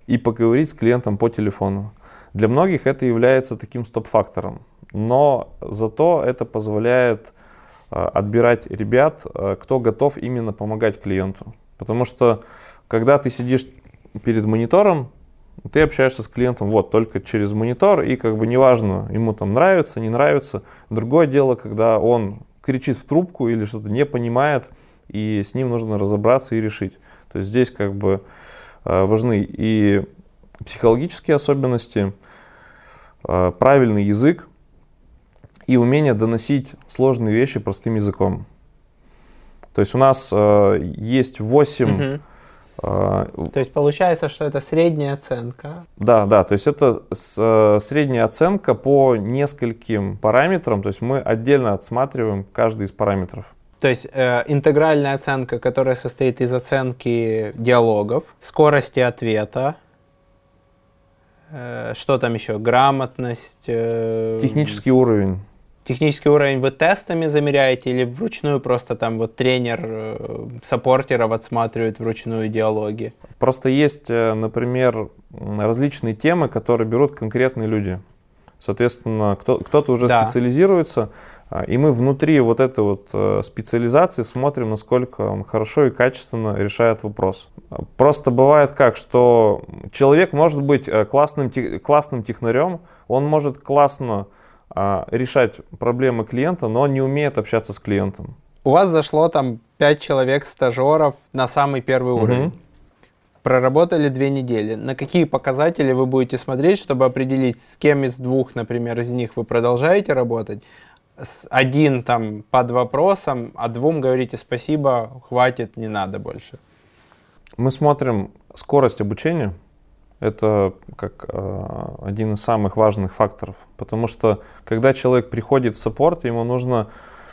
и поговорить с клиентом по телефону. Для многих это является таким стоп-фактором, но зато это позволяет отбирать ребят, кто готов именно помогать клиенту. Потому что когда ты сидишь перед монитором, ты общаешься с клиентом вот только через монитор, и как бы неважно, ему там нравится, не нравится. Другое дело, когда он кричит в трубку или что-то не понимает, и с ним нужно разобраться и решить. То есть здесь как бы важны и психологические особенности, правильный язык и умение доносить сложные вещи простым языком. То есть у нас есть восемь... Угу. То есть получается, что это средняя оценка? Да, да, то есть это с, средняя оценка по нескольким параметрам, то есть мы отдельно отсматриваем каждый из параметров. То есть э, интегральная оценка, которая состоит из оценки диалогов, скорости ответа, э, что там еще, грамотность? Э, Технический уровень. Технический уровень вы тестами замеряете или вручную просто там вот тренер э, саппортеров отсматривает вручную диалоги? Просто есть, например, различные темы, которые берут конкретные люди. Соответственно, кто, кто-то уже да. специализируется, и мы внутри вот этой вот специализации смотрим, насколько он хорошо и качественно решает вопрос. Просто бывает как, что человек может быть классным, классным технарем, он может классно решать проблемы клиента, но он не умеет общаться с клиентом. У вас зашло там пять человек стажеров на самый первый угу. уровень. Проработали две недели. На какие показатели вы будете смотреть, чтобы определить, с кем из двух, например, из них вы продолжаете работать? Один там под вопросом, а двум говорите спасибо, хватит, не надо больше. Мы смотрим скорость обучения. Это как э, один из самых важных факторов, потому что когда человек приходит в саппорт, ему нужно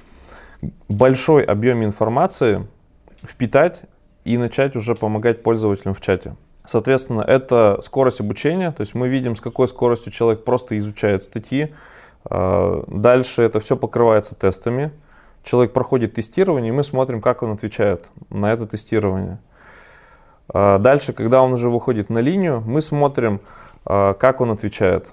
большой объем информации впитать и начать уже помогать пользователям в чате. Соответственно, это скорость обучения, то есть мы видим, с какой скоростью человек просто изучает статьи. Э, дальше это все покрывается тестами. Человек проходит тестирование, и мы смотрим, как он отвечает на это тестирование. Дальше, когда он уже выходит на линию, мы смотрим, как он отвечает,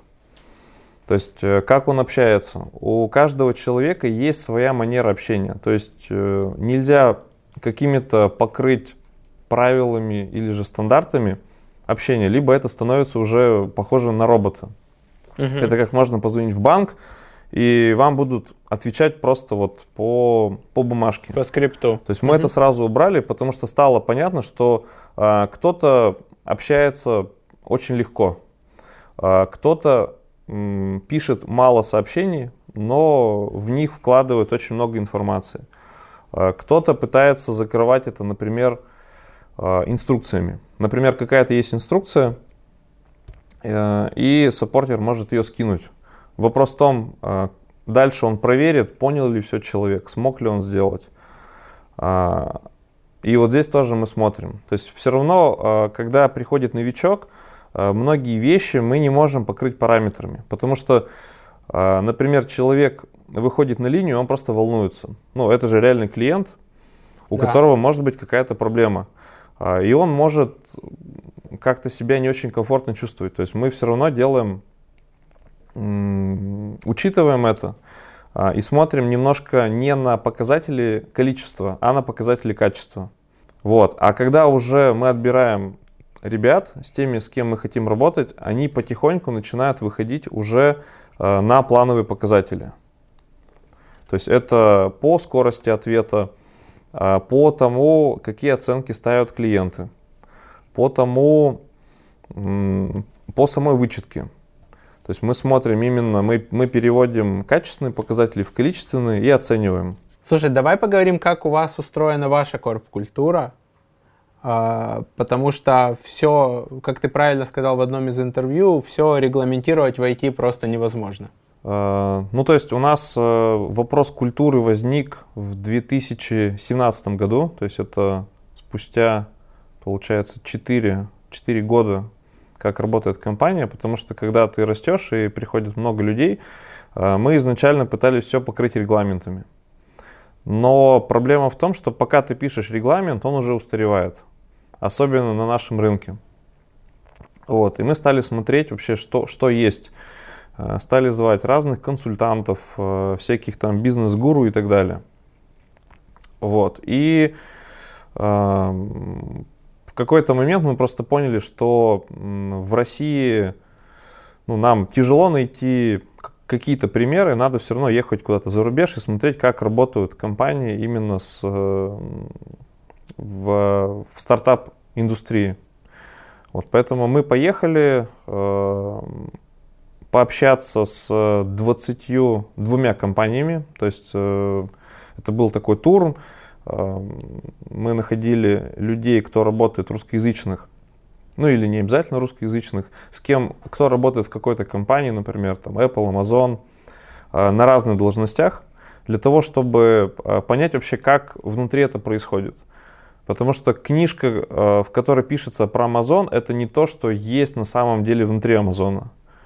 то есть как он общается. У каждого человека есть своя манера общения, то есть нельзя какими-то покрыть правилами или же стандартами общения, либо это становится уже похоже на робота. Угу. Это как можно позвонить в банк, и вам будут отвечать просто вот по, по бумажке. По скрипту. То есть мы mm-hmm. это сразу убрали, потому что стало понятно, что а, кто-то общается очень легко, а, кто-то м, пишет мало сообщений, но в них вкладывает очень много информации. А, кто-то пытается закрывать это, например, а, инструкциями. Например, какая-то есть инструкция, а, и саппортер может ее скинуть. Вопрос в том, дальше он проверит, понял ли все человек, смог ли он сделать. И вот здесь тоже мы смотрим. То есть все равно, когда приходит новичок, многие вещи мы не можем покрыть параметрами. Потому что, например, человек выходит на линию, он просто волнуется. Ну, это же реальный клиент, у да. которого может быть какая-то проблема. И он может как-то себя не очень комфортно чувствовать. То есть мы все равно делаем... учитываем это а, и смотрим немножко не на показатели количества, а на показатели качества. Вот. А когда уже мы отбираем ребят с теми, с кем мы хотим работать, они потихоньку начинают выходить уже а, на плановые показатели. То есть это по скорости ответа, а, по тому, какие оценки ставят клиенты, по тому, м, по самой вычетке. То есть мы смотрим именно, мы, мы переводим качественные показатели в количественные и оцениваем. Слушай, давай поговорим, как у вас устроена ваша корп-культура, а, потому что все, как ты правильно сказал в одном из интервью, все регламентировать в ай ти просто невозможно. А, ну, то есть у нас а, вопрос культуры возник в две тысячи семнадцатом году, то есть это спустя, получается, четыре года, как работает компания, потому что когда ты растешь и приходит много людей, мы изначально пытались все покрыть регламентами. Но проблема в том, что пока ты пишешь регламент, он уже устаревает, особенно на нашем рынке. Вот, и мы стали смотреть вообще, что, что есть. Стали звать разных консультантов, всяких там бизнес-гуру и так далее. Вот, и э, в какой-то момент мы просто поняли, что в России ну, нам тяжело найти какие-то примеры, надо все равно ехать куда-то за рубеж и смотреть, как работают компании именно с, в, в стартап-индустрии. Вот, поэтому мы поехали э, пообщаться с двадцатью двумя компаниями, то есть э, это был такой тур, э, мы находили людей, кто работает русскоязычных, ну или не обязательно русскоязычных, с кем, кто работает в какой-то компании, например, там Apple, Amazon, э, на разных должностях, для того, чтобы э, понять вообще, как внутри это происходит. Потому что книжка, э, в которой пишется про Amazon, это не то, что есть на самом деле внутри Амазона.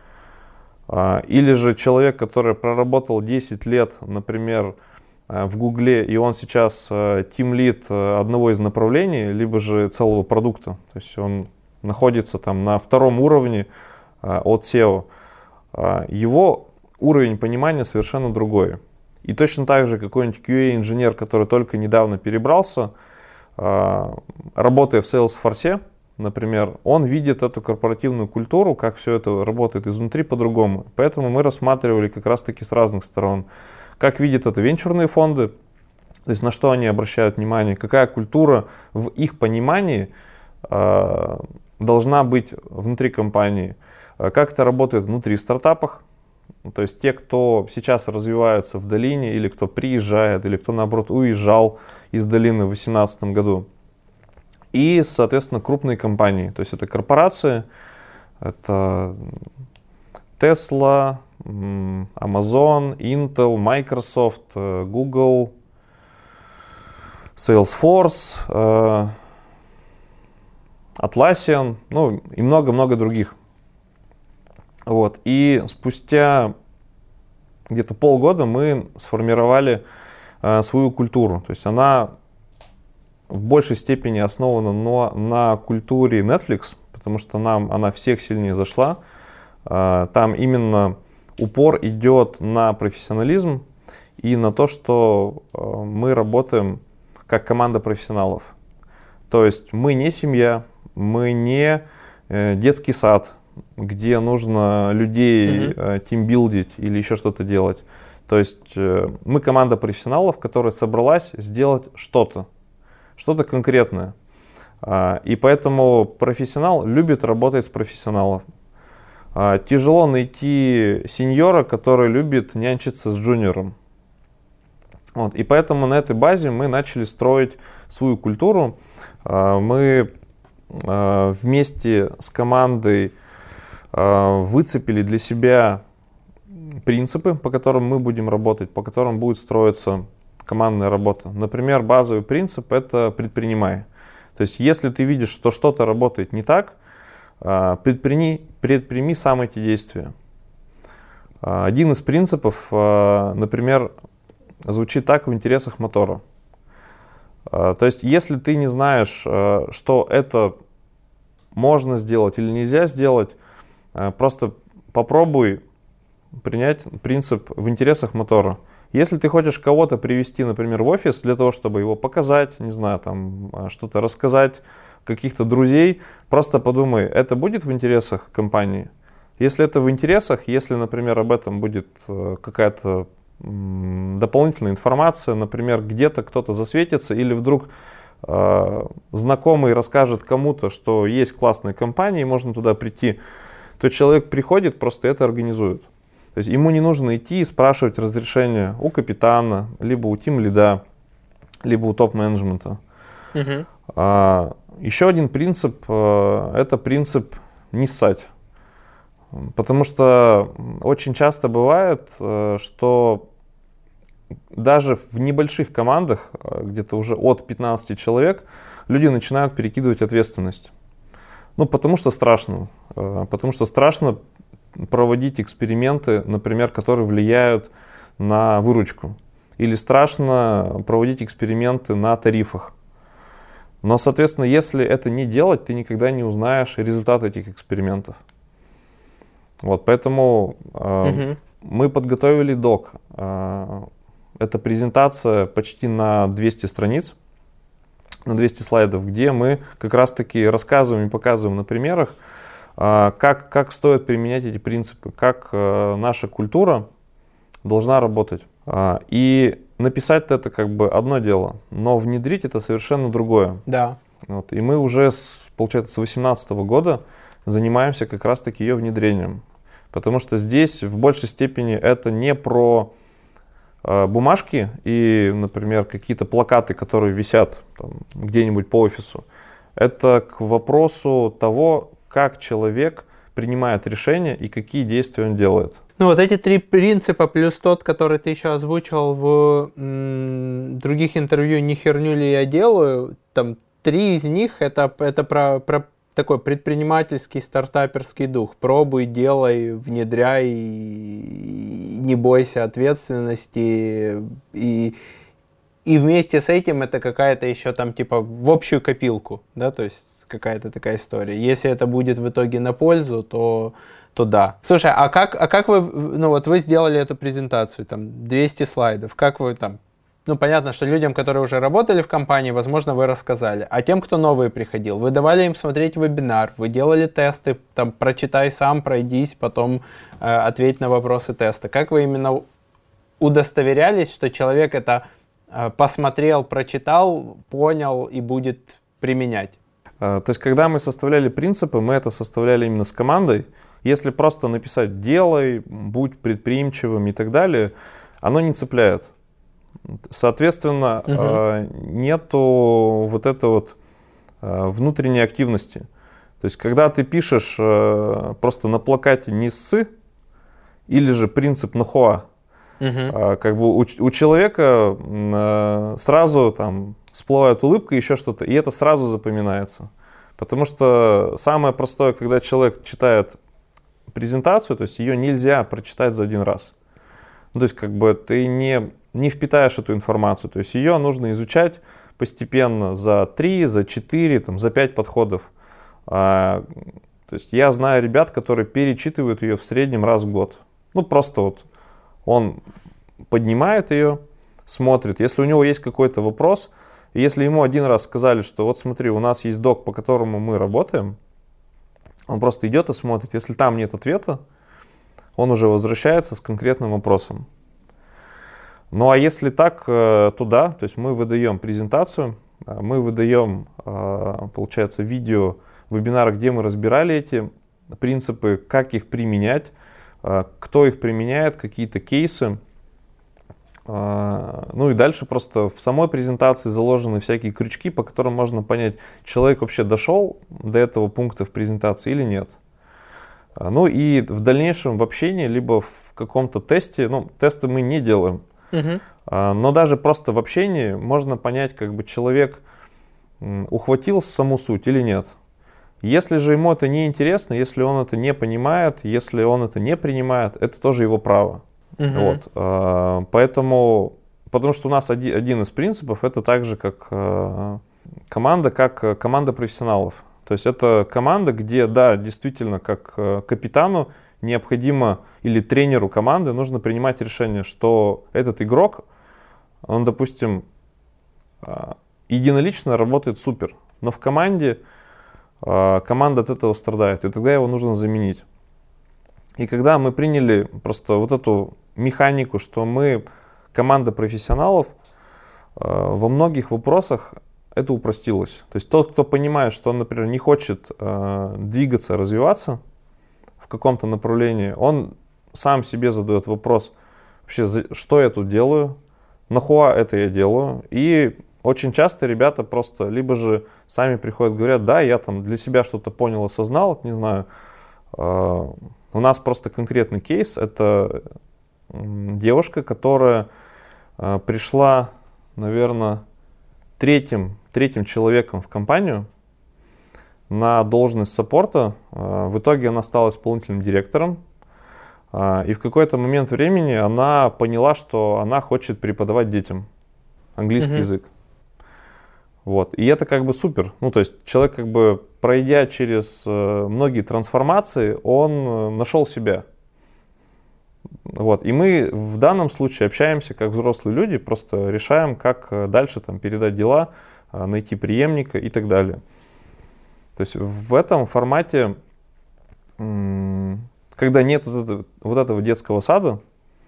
Э, или же человек, который проработал десять лет, например, э, в Гугле, и он сейчас э, тимлид э, одного из направлений, либо же целого продукта. То есть он находится там на втором уровне э, от сео. Э, его уровень понимания совершенно другой. И точно так же какой-нибудь кью эй-инженер, который только недавно перебрался, работая в Salesforce, например, он видит эту корпоративную культуру, как все это работает изнутри по-другому. Поэтому мы рассматривали как раз-таки с разных сторон. Как видят это венчурные фонды, то есть на что они обращают внимание, какая культура в их понимании э, должна быть внутри компании, как это работает внутри стартапов. То есть те, кто сейчас развивается в долине, или кто приезжает, или кто, наоборот, уезжал из долины в две тысячи восемнадцатом году. И, соответственно, крупные компании. То есть это корпорации, это Tesla, Amazon, Intel, Microsoft, Google, Salesforce, Atlassian, ну и много-много других. Вот. И спустя где-то полгода мы сформировали э, свою культуру. То есть она в большей степени основана на, на культуре Netflix, потому что нам она всех сильнее зашла. Э, там именно упор идет на профессионализм и на то, что э, мы работаем как команда профессионалов. То есть мы не семья, мы не э, детский сад, где нужно людей mm-hmm. тимбилдить или еще что-то делать. То есть э, мы команда профессионалов, которая собралась сделать что-то, что-то конкретное. А, и поэтому профессионал любит работать с профессионалом. А, тяжело найти сеньора, который любит нянчиться с джуниором. Вот. И поэтому на этой базе мы начали строить свою культуру. А, мы а, вместе с командой выцепили для себя принципы, по которым мы будем работать, по которым будет строиться командная работа. Например, базовый принцип — это предпринимай. То есть, если ты видишь, что что-то работает не так, предприми, предприми сам эти действия. Один из принципов, например, звучит так: в интересах мотора. То есть, если ты не знаешь, что это можно сделать или нельзя сделать, просто попробуй принять принцип в интересах мотора. Если ты хочешь кого-то привести, например, в офис для того, чтобы его показать, не знаю, там что-то рассказать, каких-то друзей, просто подумай, это будет в интересах компании? Если это в интересах, если, например, об этом будет какая-то дополнительная информация, например, где-то кто-то засветится или вдруг э, знакомый расскажет кому-то, что есть классные компании, можно туда прийти, то человек приходит, просто это организует. То есть ему не нужно идти и спрашивать разрешение у капитана, либо у тим-лида, либо у топ-менеджмента. Uh-huh. А, еще один принцип а, – это принцип не ссать. Потому что очень часто бывает, а, что даже в небольших командах, где-то уже от пятнадцати человек, люди начинают перекидывать ответственность. Ну, потому что страшно. Потому что страшно проводить эксперименты, например, которые влияют на выручку. Или страшно проводить эксперименты на тарифах. Но, соответственно, если это не делать, ты никогда не узнаешь результаты этих экспериментов. Вот, поэтому э, угу. мы подготовили док. Э, это презентация почти на двести страниц, на двести слайдов, где мы как раз-таки рассказываем и показываем на примерах, э, как, как стоит применять эти принципы, как э, наша культура должна работать. Э, и написать это как бы одно дело, но внедрить это совершенно другое. Да. Вот, и мы уже, с, получается, с две тысячи восемнадцатого года занимаемся как раз-таки ее внедрением. Потому что здесь в большей степени это не про э, бумажки и, например, какие-то плакаты, которые висят там, где-нибудь по офису. Это к вопросу того, как человек принимает решения и какие действия он делает. Ну вот эти три принципа плюс тот, который ты еще озвучил в м, других интервью, не херню ли я делаю, там три из них это, это про, про такой предпринимательский стартаперский дух. Пробуй, делай, внедряй, не бойся ответственности. И, и вместе с этим это какая-то еще там типа в общую копилку, да, то есть какая-то такая история. Если это будет в итоге на пользу, то, то да. Слушай, а как, а как вы, ну вот вы сделали эту презентацию, там двести слайдов, как вы там, ну понятно, что людям, которые уже работали в компании, возможно, вы рассказали, а тем, кто новый приходил, вы давали им смотреть вебинар, вы делали тесты, там прочитай сам, пройдись, потом э, ответь на вопросы теста. Как вы именно удостоверялись, что человек это э, посмотрел, прочитал, понял и будет применять? То есть, когда мы составляли принципы, мы это составляли именно с командой. Если просто написать «делай», «будь предприимчивым» и так далее, оно не цепляет. Соответственно, угу. нету вот этой вот внутренней активности. То есть, когда ты пишешь просто на плакате «не ссы» или же принцип «нахуа», угу. как бы у, у человека сразу там всплывает улыбка, еще что-то, и это сразу запоминается. Потому что самое простое, когда человек читает презентацию, то есть ее нельзя прочитать за один раз. Ну, то есть как бы ты не, не впитаешь эту информацию, то есть ее нужно изучать постепенно за три, за четыре, там, за пять подходов. А, то есть я знаю ребят, которые перечитывают ее в среднем раз в год. Ну просто вот он поднимает ее, смотрит, если у него есть какой-то вопрос, и если ему один раз сказали, что вот смотри, у нас есть док, по которому мы работаем, он просто идет и смотрит. Если там нет ответа, он уже возвращается с конкретным вопросом. Ну а если так, то да, то есть мы выдаем презентацию, мы выдаем, получается, видео вебинара, где мы разбирали эти принципы, как их применять, кто их применяет, какие-то кейсы. Ну и дальше просто в самой презентации заложены всякие крючки, по которым можно понять, человек вообще дошел до этого пункта в презентации или нет. Ну и в дальнейшем в общении, либо в каком-то тесте, ну тесты мы не делаем, угу. но даже просто в общении можно понять, как бы человек ухватил саму суть или нет. Если же ему это не интересно, если он это не понимает, если он это не принимает, это тоже его право. Uh-huh. Вот, поэтому, потому что у нас один, один из принципов это также как команда, как команда профессионалов. То есть это команда, где, да, действительно, как капитану необходимо или тренеру команды нужно принимать решение, что этот игрок, он, допустим, единолично работает супер, но в команде команда от этого страдает, и тогда его нужно заменить. И когда мы приняли просто вот эту механику, что мы команда профессионалов, во многих вопросах это упростилось. То есть тот, кто понимает, что он, например, не хочет двигаться, развиваться в каком-то направлении, он сам себе задает вопрос, вообще, что я тут делаю, нахуя это я делаю. И очень часто ребята просто либо же сами приходят, говорят, да, я там для себя что-то понял, осознал, не знаю. У нас просто конкретный кейс, это девушка, которая пришла, наверное, третьим, третьим человеком в компанию на должность саппорта. В итоге она стала исполнительным директором. И в какой-то момент времени она поняла, что она хочет преподавать детям английский mm-hmm. язык. Вот. И это как бы супер. Ну, то есть человек, как бы пройдя через э, многие трансформации, он э, нашел себя. Вот. И мы в данном случае общаемся как взрослые люди, просто решаем, как дальше там, передать дела, э, найти преемника и так далее. То есть в этом формате, м- когда нет вот этого, вот этого детского сада,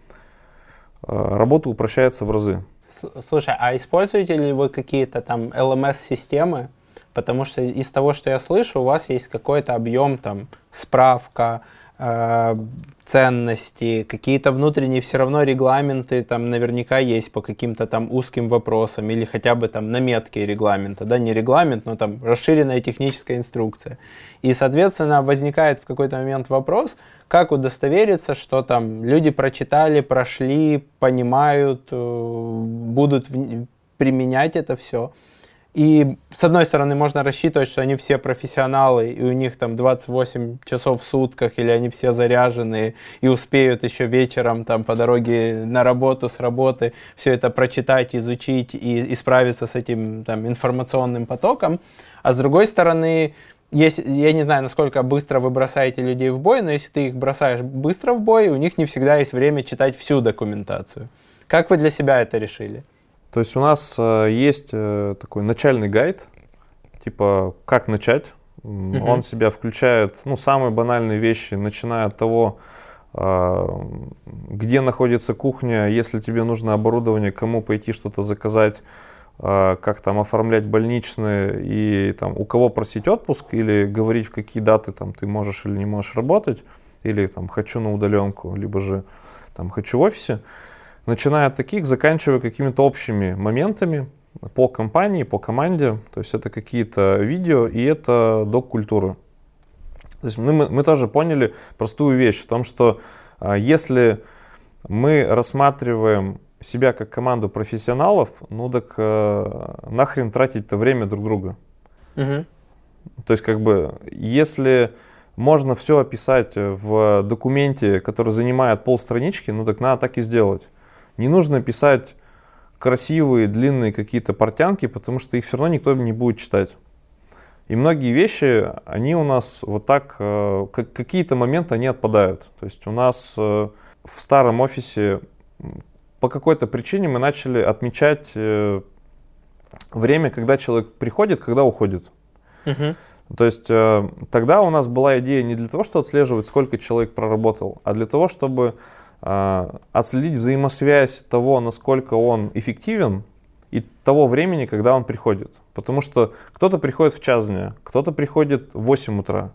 э, работа упрощается в разы. Слушай, а используете ли вы какие-то там эл эм эс-системы? Потому что из того, что я слышу, у вас есть какой-то объем, там, справка, э, ценности, какие-то внутренние все равно регламенты там наверняка есть по каким-то там узким вопросам или хотя бы там наметки регламента, да, не регламент, но там расширенная техническая инструкция. И, соответственно, возникает в какой-то момент вопрос, как удостовериться, что там люди прочитали, прошли, понимают, будут применять это все. И с одной стороны можно рассчитывать, что они все профессионалы, и у них там двадцать восемь часов в сутках, или они все заряжены, и успеют еще вечером там по дороге на работу, с работы все это прочитать, изучить и, и справиться с этим там информационным потоком. А с другой стороны, есть, я не знаю, насколько быстро вы бросаете людей в бой, но если ты их бросаешь быстро в бой, у них не всегда есть время читать всю документацию. Как вы для себя это решили? То есть у нас э, есть э, такой начальный гайд, типа как начать. Uh-huh. Он в себя включает ну, самые банальные вещи, начиная от того, э, где находится кухня, если тебе нужно оборудование, кому пойти что-то заказать, э, как там оформлять больничные и там, у кого просить отпуск или говорить, в какие даты там, ты можешь или не можешь работать, или там, хочу на удаленку, либо же там, хочу в офисе. Начиная от таких, заканчивая какими-то общими моментами по компании, по команде. То есть это какие-то видео и это док-культура. То есть мы, мы тоже поняли простую вещь в том, что а, если мы рассматриваем себя как команду профессионалов, ну так а, нахрен тратить-то время друг друга. Угу. То есть как бы если можно все описать в документе, который занимает полстранички, ну так надо так и сделать. Не нужно писать красивые, длинные какие-то портянки, потому что их все равно никто не будет читать. И многие вещи, они у нас вот так, как, какие-то моменты, они отпадают. То есть у нас в старом офисе по какой-то причине мы начали отмечать время, когда человек приходит, когда уходит. Uh-huh. То есть тогда у нас была идея не для того, чтобы отслеживать, сколько человек проработал, а для того, чтобы отследить взаимосвязь того, насколько он эффективен, и того времени, когда он приходит. Потому что кто-то приходит в час дня, кто-то приходит в восемь утра.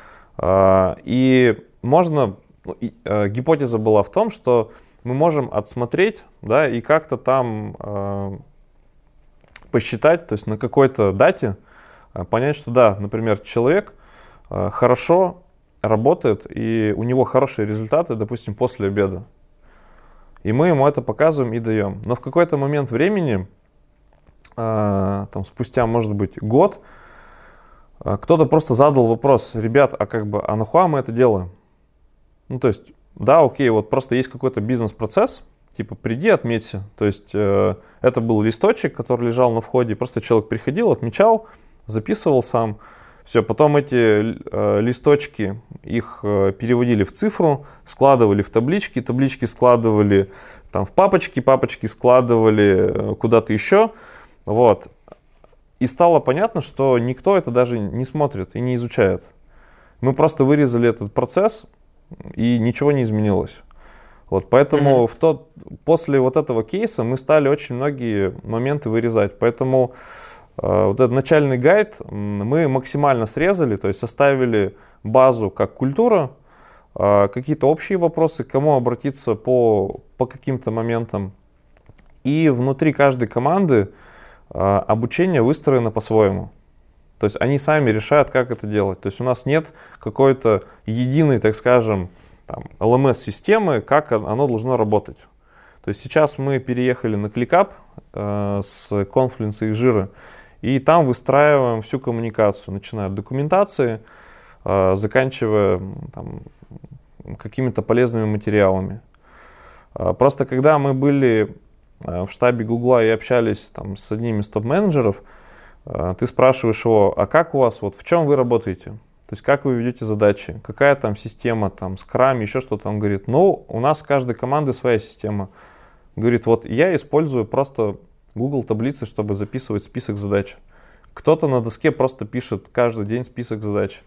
И можно, гипотеза была в том, что мы можем отсмотреть, да, и как-то там посчитать, то есть на какой-то дате понять, что да, например, человек хорошо работает, и у него хорошие результаты, допустим, после обеда. И мы ему это показываем и даем. Но в какой-то момент времени, э, там, спустя, может быть, год, э, кто-то просто задал вопрос: ребят, а как бы, а нахуя мы это делаем? Ну, то есть, да, окей, вот просто есть какой-то бизнес-процесс, типа, приди, отметься. То есть, э, это был листочек, который лежал на входе, просто человек приходил, отмечал, записывал сам. Все, потом эти э, листочки, их э, переводили в цифру, складывали в таблички, таблички складывали там, в папочки, папочки складывали э, куда-то еще. Вот. И стало понятно, что никто это даже не смотрит и не изучает. Мы просто вырезали этот процесс, и ничего не изменилось. Вот, поэтому mm-hmm. в тот, после вот этого кейса мы стали очень многие моменты вырезать. Поэтому вот этот начальный гайд мы максимально срезали, то есть оставили базу как культура, какие-то общие вопросы, к кому обратиться по, по каким-то моментам. И внутри каждой команды обучение выстроено по-своему. То есть они сами решают, как это делать. То есть у нас нет какой-то единой, так скажем, там, эл эм эс-системы, как оно должно работать. То есть сейчас мы переехали на ClickUp э, с Confluence и Jira, и там выстраиваем всю коммуникацию, начиная от документации, э, заканчивая там, какими-то полезными материалами. Э, просто когда мы были э, в штабе Гугла и общались там, с одним из топ-менеджеров, ты спрашиваешь его, а как у вас, вот в чем вы работаете? То есть как вы ведете задачи, какая там система, там, Scrum, еще что-то. Он говорит, ну, у нас в каждой команды своя система. Говорит, вот я использую просто Google таблицы, чтобы записывать список задач. Кто-то на доске просто пишет каждый день список задач.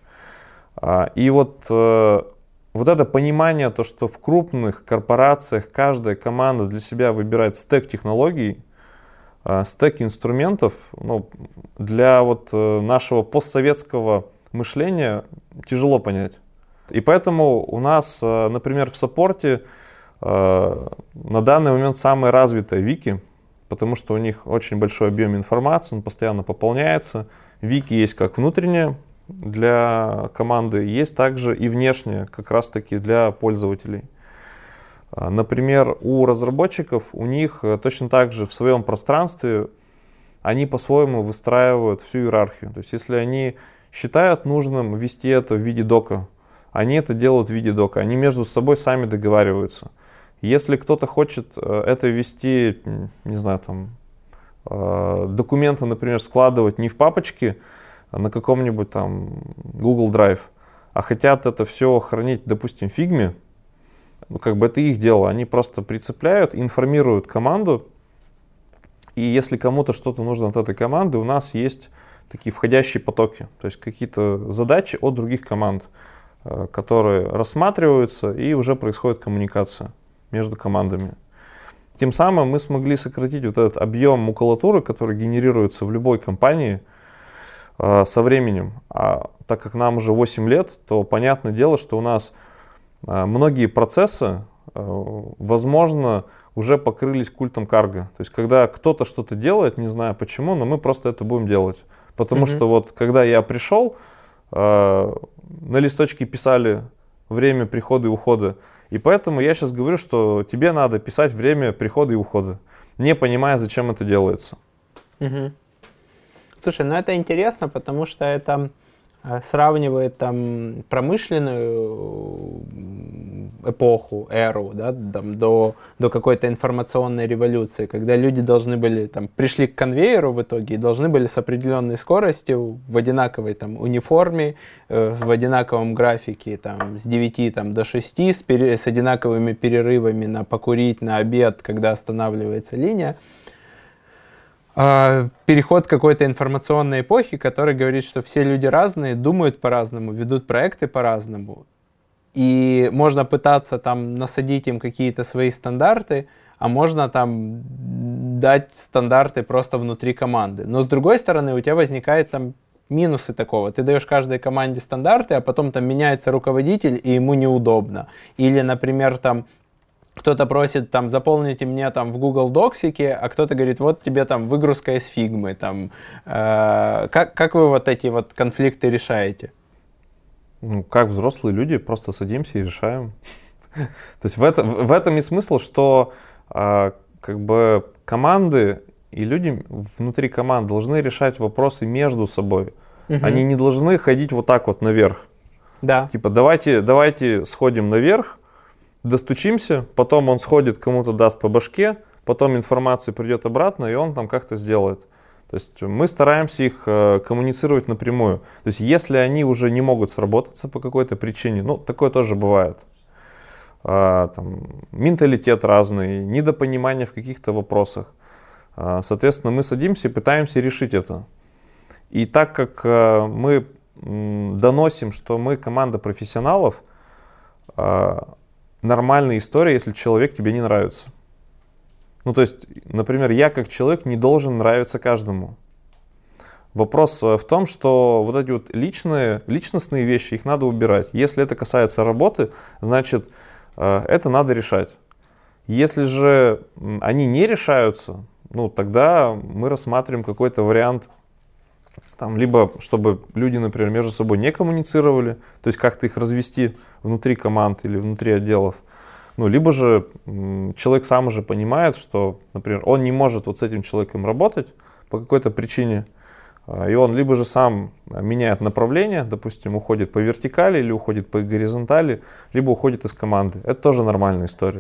И вот, вот это понимание, то, что в крупных корпорациях каждая команда для себя выбирает стек технологий, стек инструментов, ну, для вот нашего постсоветского мышления тяжело понять. И поэтому у нас, например, в саппорте на данный момент самая развитая вики, потому что у них очень большой объем информации, он постоянно пополняется. Вики есть как внутренняя для команды, есть также и внешняя, как раз таки для пользователей. Например, у разработчиков, у них точно так же в своем пространстве они по-своему выстраивают всю иерархию. То есть если они считают нужным ввести это в виде дока, они это делают в виде дока, они между собой сами договариваются. Если кто-то хочет это ввести, не знаю, там, документы, например, складывать не в папочке на каком-нибудь там Google Drive, а хотят это все хранить, допустим, в Figma, ну, как бы это их дело. Они просто прицепляют, информируют команду, и если кому-то что-то нужно от этой команды, у нас есть такие входящие потоки, то есть какие-то задачи от других команд, которые рассматриваются, и уже происходит коммуникация между командами. Тем самым мы смогли сократить вот этот объем макулатуры, который генерируется в любой компании э, со временем. А так как нам уже восемь лет, то понятное дело, что у нас э, многие процессы, э, возможно, уже покрылись культом карго. То есть когда кто-то что-то делает, не знаю почему, но мы просто это будем делать. Потому mm-hmm. что вот когда я пришел, э, на листочке писали время прихода и ухода. И поэтому я сейчас говорю, что тебе надо писать время прихода и ухода, не понимая, зачем это делается. Угу. Слушай, ну это интересно, потому что это сравнивает там промышленную эпоху, эру, да, там, до, до какой-то информационной революции, когда люди должны были, там, пришли к конвейеру в итоге и должны были с определенной скоростью в одинаковой там униформе, э, в одинаковом графике там, с девяти там, до шести, с, пере, с одинаковыми перерывами на покурить, на обед, когда останавливается линия. Переход к какой-то информационной эпохи, который говорит, что все люди разные, думают по-разному, ведут проекты по-разному. И можно пытаться там насадить им какие-то свои стандарты, а можно там дать стандарты просто внутри команды. Но с другой стороны, у тебя возникают там минусы такого. Ты даешь каждой команде стандарты, а потом там меняется руководитель, и ему неудобно. Или, например, там кто-то просит, там, заполните мне там в Google Доксике, а кто-то говорит, вот тебе там выгрузка из фигмы. Там, э, как, как вы вот эти вот конфликты решаете? Ну, как взрослые люди, просто садимся и решаем. То есть в, это, в этом и смысл, что э, как бы команды и люди внутри команд должны решать вопросы между собой. Угу. Они не должны ходить вот так вот наверх. Да. Типа давайте, давайте сходим наверх, достучимся, потом он сходит, кому-то даст по башке, потом информация придет обратно, и он там как-то сделает. То есть мы стараемся их э, коммуницировать напрямую. То есть если они уже не могут сработаться по какой-то причине, ну, такое тоже бывает. Э, там, менталитет разный, недопонимание в каких-то вопросах. Э, соответственно, мы садимся и пытаемся решить это. И так как э, мы м, доносим, что мы команда профессионалов, э, нормальная история, если человек тебе не нравится. Ну, то есть, например, я как человек не должен нравиться каждому. Вопрос в том, что вот эти вот личные, личностные вещи, их надо убирать. Если это касается работы, значит, это надо решать. Если же они не решаются, ну, тогда мы рассматриваем какой-то вариант, там, либо чтобы люди, например, между собой не коммуницировали, то есть как-то их развести внутри команд или внутри отделов. Ну, либо же м, человек сам уже понимает, что, например, он не может вот с этим человеком работать по какой-то причине, и он либо же сам меняет направление, допустим, уходит по вертикали или уходит по горизонтали, либо уходит из команды. Это тоже нормальная история.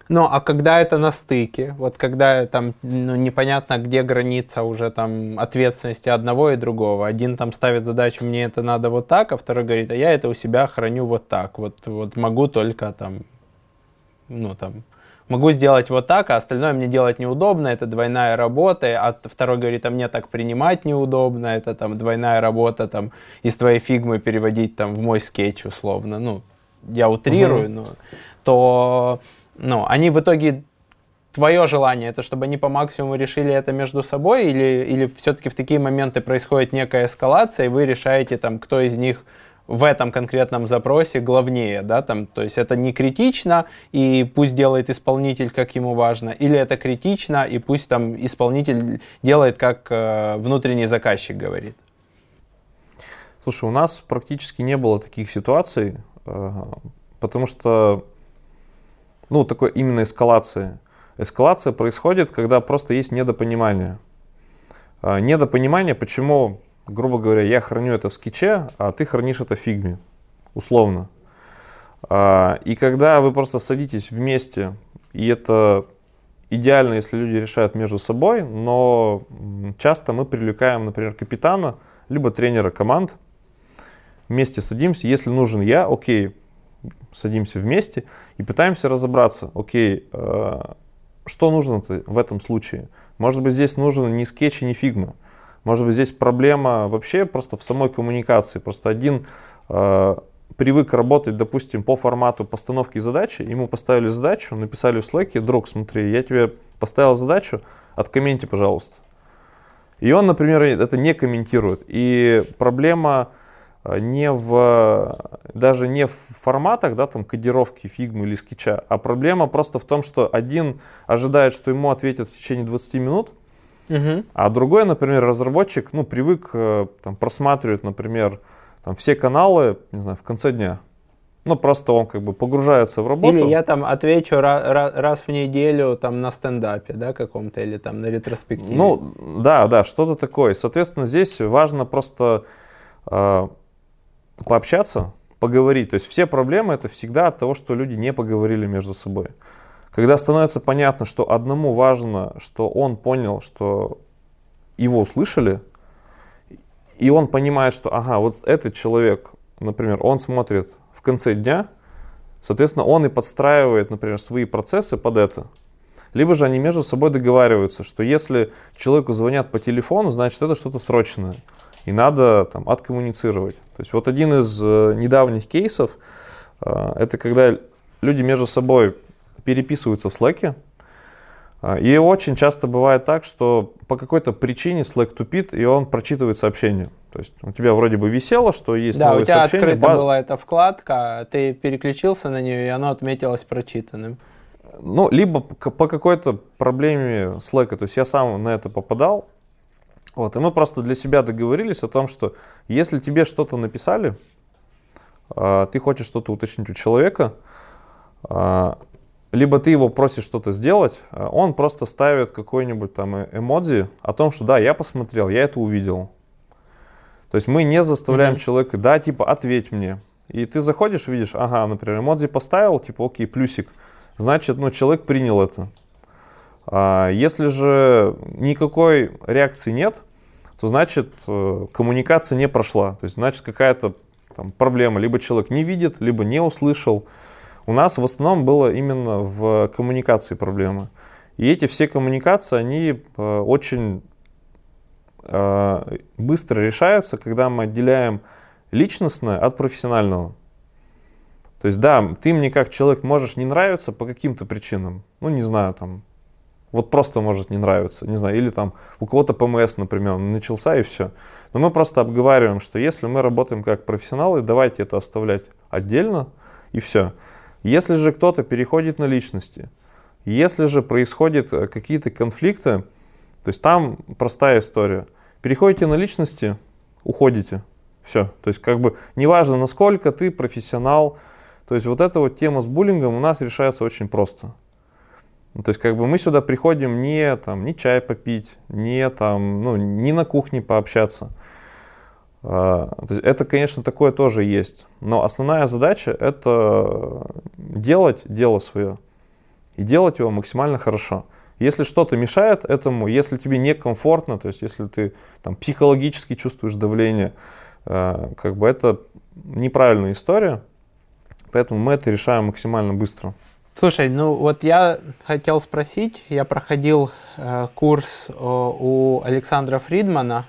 Ну, а когда это на стыке, вот когда там ну, непонятно, где граница уже там ответственности одного и другого. Один там ставит задачу, мне это надо вот так, а второй говорит, а я это у себя храню вот так. Вот, вот могу только там, ну там, могу сделать вот так, а остальное мне делать неудобно, это двойная работа, а второй говорит, а мне так принимать неудобно, это там двойная работа, там, из твоей фигмы переводить там в мой скетч условно, ну, я утрирую, uh-huh. но, то... Ну, они в итоге, твое желание, это чтобы они по максимуму решили это между собой, или, или все-таки в такие моменты происходит некая эскалация, и вы решаете, там, кто из них в этом конкретном запросе главнее, да, там, то есть это не критично, и пусть делает исполнитель, как ему важно, или это критично, и пусть там исполнитель делает, как э, внутренний заказчик говорит. Слушай, у нас практически не было таких ситуаций, э, потому что Ну, такой именно эскалации. Эскалация происходит, когда просто есть недопонимание. А, недопонимание, почему, грубо говоря, я храню это в скетче, а ты хранишь это в фигме, условно. А, и когда вы просто садитесь вместе, и это идеально, если люди решают между собой, но часто мы привлекаем, например, капитана, либо тренера команд, вместе садимся, если нужен я, окей, садимся вместе и пытаемся разобраться, окей, э, что нужно в этом случае. Может быть, здесь нужен не скетч и не фигма. Может быть, здесь проблема вообще просто в самой коммуникации. Просто один э, привык работать, допустим, по формату постановки задачи, ему поставили задачу, написали в Slack, друг, смотри, я тебе поставил задачу, откомменти, пожалуйста. И он, например, это не комментирует. И проблема не в, даже не в форматах, да, там, кодировки фигмы или скетча, а проблема просто в том, что один ожидает, что ему ответят в течение двадцати минут, uh-huh. а другой, например, разработчик, ну, привык там, просматривать, например, там, все каналы, не знаю, в конце дня. Ну, просто он как бы погружается в работу. Или я там отвечу раз, раз в неделю там на стендапе, да, каком-то, или там на ретроспективе. Ну, да, да, что-то такое. Соответственно, здесь важно просто э, пообщаться, поговорить. То есть все проблемы это всегда от того, что люди не поговорили между собой. Когда становится понятно, что одному важно, что он понял, что его услышали, и он понимает, что ага, вот этот человек, например, он смотрит в конце дня, соответственно, он и подстраивает, например, свои процессы под это. Либо же они между собой договариваются, что если человеку звонят по телефону, значит это что-то срочное. И надо там откоммуницировать. То есть вот один из э, недавних кейсов, э, это когда люди между собой переписываются в Slack. Э, и очень часто бывает так, что по какой-то причине Slack тупит, и он прочитывает сообщение. То есть у тебя вроде бы висело, что есть да, новые сообщения. Да, у тебя открыта баз... была эта вкладка, ты переключился на нее, и оно отметилось прочитанным. Ну, либо по какой-то проблеме Slack, то есть я сам на это попадал. Вот, и мы просто для себя договорились о том, что если тебе что-то написали, э, ты хочешь что-то уточнить у человека, э, либо ты его просишь что-то сделать, э, он просто ставит какой-нибудь там эмодзи о том, что да, я посмотрел, я это увидел. То есть мы не заставляем mm-hmm. человека, да, типа, ответь мне. И ты заходишь, видишь, ага, например, эмодзи поставил, типа, окей, плюсик, значит, ну, человек принял это. А если же никакой реакции нет, то значит коммуникация не прошла. То есть значит какая-то там проблема. Либо человек не видит, либо не услышал. У нас в основном было именно в коммуникации проблема. И эти все коммуникации, они очень быстро решаются, когда мы отделяем личностное от профессионального. То есть да, ты мне как человек можешь не нравиться по каким-то причинам. Ну не знаю, там. Вот просто может не нравиться, не знаю, или там у кого-то ПМС, например, он начался и все. Но мы просто обговариваем, что если мы работаем как профессионалы, давайте это оставлять отдельно и все. Если же кто-то переходит на личности, если же происходят какие-то конфликты, то есть там простая история. Переходите на личности, уходите, все. То есть как бы неважно, насколько ты профессионал, то есть вот эта вот тема с буллингом у нас решается очень просто. То есть как бы мы сюда приходим не, там, не чай попить, не, там, ну, не на кухне пообщаться. А, то есть это, конечно, такое тоже есть. Но основная задача — это делать дело свое. и делать его максимально хорошо. Если что-то мешает этому, если тебе некомфортно, то есть если ты там, психологически чувствуешь давление, э, как бы это неправильная история, поэтому мы это решаем максимально быстро. Слушай, ну вот я хотел спросить, я проходил э, курс э, у Александра Фридмана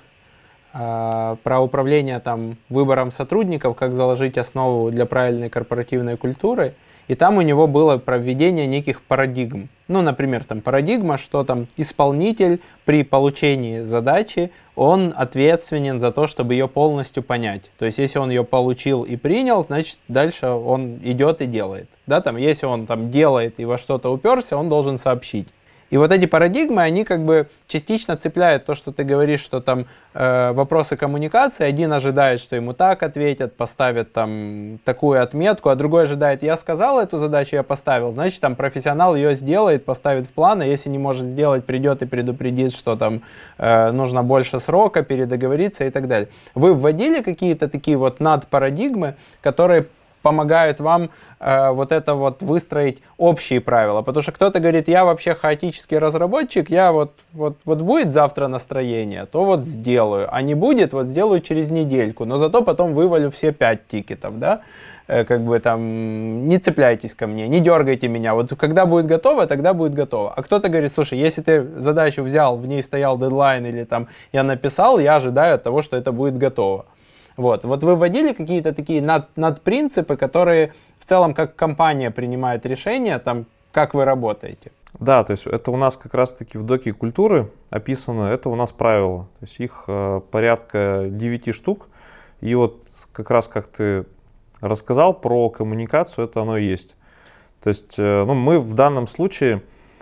э, про управление там, выбором сотрудников, как заложить основу для правильной корпоративной культуры, и там у него было про введение неких парадигм. Ну, например, там парадигма, что там исполнитель при получении задачи, он ответственен за то, чтобы ее полностью понять. То есть, если он ее получил и принял, значит, дальше он идет и делает. Да, там, если он там делает и во что-то уперся, он должен сообщить. И вот эти парадигмы, они как бы частично цепляют то, что ты говоришь, что там э, вопросы коммуникации, один ожидает, что ему так ответят, поставят там такую отметку, а другой ожидает, я сказал эту задачу, я поставил, значит там профессионал ее сделает, поставит в план, а если не может сделать, придет и предупредит, что там э, нужно больше срока, передоговориться и так далее. Вы вводили какие-то такие вот надпарадигмы, которые помогают вам э, вот это вот выстроить общие правила, потому что кто-то говорит, я вообще хаотический разработчик, я вот, вот, вот будет завтра настроение, то вот сделаю, а не будет, вот сделаю через недельку, но зато потом вывалю все пять тикетов, да, э, как бы там, не цепляйтесь ко мне, не дергайте меня, вот когда будет готово, тогда будет готово. А кто-то говорит, слушай, если ты задачу взял, в ней стоял дедлайн или там я написал, я ожидаю от того, что это будет готово. Вот. вот вы вводили какие-то такие над, надпринципы, которые в целом как компания принимает решения, там, как вы работаете? Да, то есть это у нас как раз-таки в доке культуры описано, это у нас правила. То есть их э, порядка девяти штук. И вот как раз как ты рассказал про коммуникацию, это оно и есть. То есть э, ну, мы в данном случае...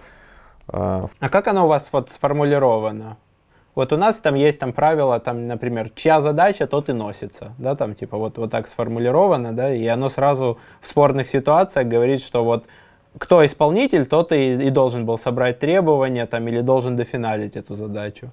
Э, а как оно у вас вот сформулировано? Вот у нас там есть там правило, там, например, чья задача, тот и носится, да, там типа вот, вот так сформулировано, да, и оно сразу в спорных ситуациях говорит, что вот кто исполнитель, тот и, и должен был собрать требования там или должен дофиналить эту задачу.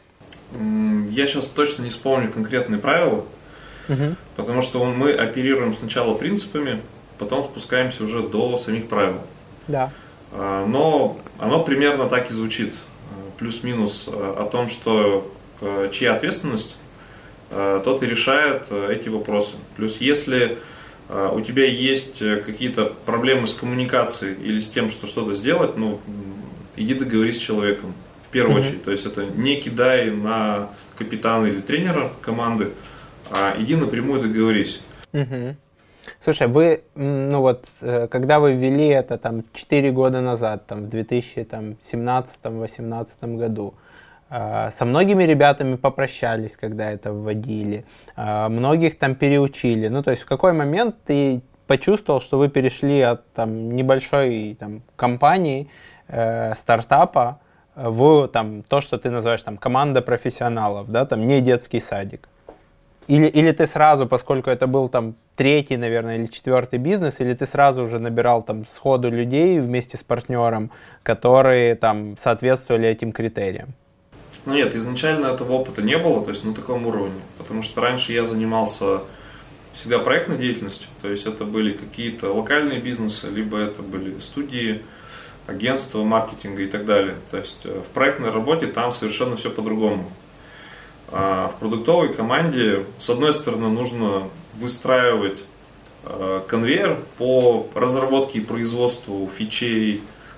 Я сейчас точно не вспомню конкретные правила, угу. потому что мы оперируем сначала принципами, потом спускаемся уже до самих правил. Да. Но оно примерно так и звучит. Плюс-минус о том, что чья ответственность, тот и решает эти вопросы. Плюс если у тебя есть какие-то проблемы с коммуникацией или с тем, что что-то сделать, ну, иди договорись с человеком в первую mm-hmm. очередь. То есть это не кидай на капитана или тренера команды, а иди напрямую договорись. Mm-hmm. Слушай, вы, ну вот, когда вы ввели это там четыре года назад, там в две тысячи семнадцатом-восемнадцатом году, со многими ребятами попрощались, когда это вводили, многих там переучили. Ну, то есть в какой момент ты почувствовал, что вы перешли от там небольшой там компании, э, стартапа в там то, что ты называешь там команда профессионалов, да, там не детский садик? Или, или ты сразу, поскольку это был там третий, наверное, или четвертый бизнес, или ты сразу уже набирал там сходу людей вместе с партнером, которые там соответствовали этим критериям? Ну нет, изначально этого опыта не было, то есть на таком уровне, потому что раньше я занимался всегда проектной деятельностью, то есть это были какие-то локальные бизнесы, либо это были студии, агентства маркетинга и так далее. То есть в проектной работе там совершенно все по-другому. В продуктовой команде, с одной стороны, нужно выстраивать конвейер по разработке и производству фичей,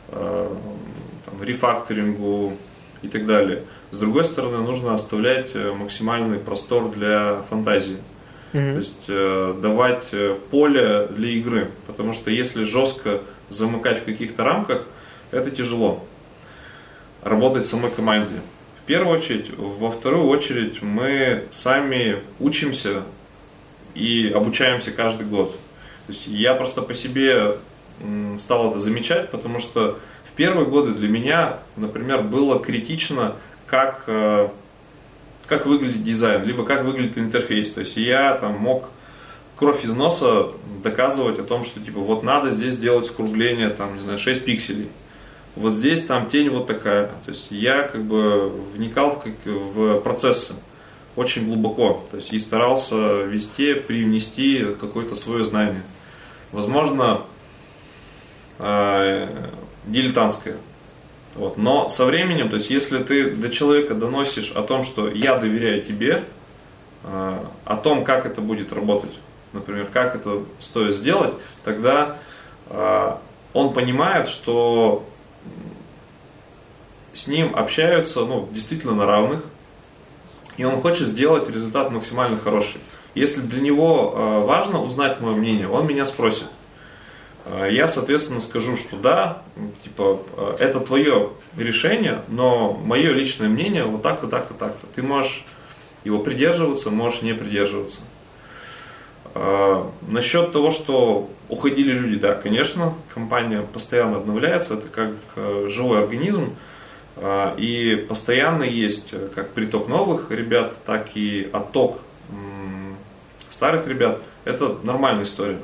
там, рефакторингу и так далее. С другой стороны, нужно оставлять максимальный простор для фантазии. Mm-hmm. То есть давать поле для игры. Потому что если жестко замыкать в каких-то рамках, это тяжело. Работать в самой команде. В первую очередь, во вторую очередь мы сами учимся и обучаемся каждый год. То есть я просто по себе стал это замечать, потому что в первые годы для меня, например, было критично, как, как выглядит дизайн, либо как выглядит интерфейс. То есть я там мог кровь из носа доказывать о том, что типа вот надо здесь делать скругление, там, не знаю, шесть пикселей. Вот здесь там тень вот такая. То есть я как бы вникал в, в процессы очень глубоко. То есть и старался вести, привнести какое-то свое знание. Возможно, дилетантское. Вот. Но со временем, то есть если ты до человека доносишь о том, что я доверяю тебе, э, о том, как это будет работать, например, как это стоит сделать, тогда э, он понимает, что с ним общаются, ну, действительно на равных, и он хочет сделать результат максимально хороший. Если для него э, важно узнать мое мнение, он меня спросит. Э, я, соответственно, скажу, что да, типа, э, это твое решение, но мое личное мнение вот так-то, так-то, так-то. Ты можешь его придерживаться, можешь не придерживаться. Э, насчет того, что уходили люди, да, конечно, компания постоянно обновляется, это как э, живой организм. И постоянно есть как приток новых ребят, так и отток старых ребят. Это нормальная история.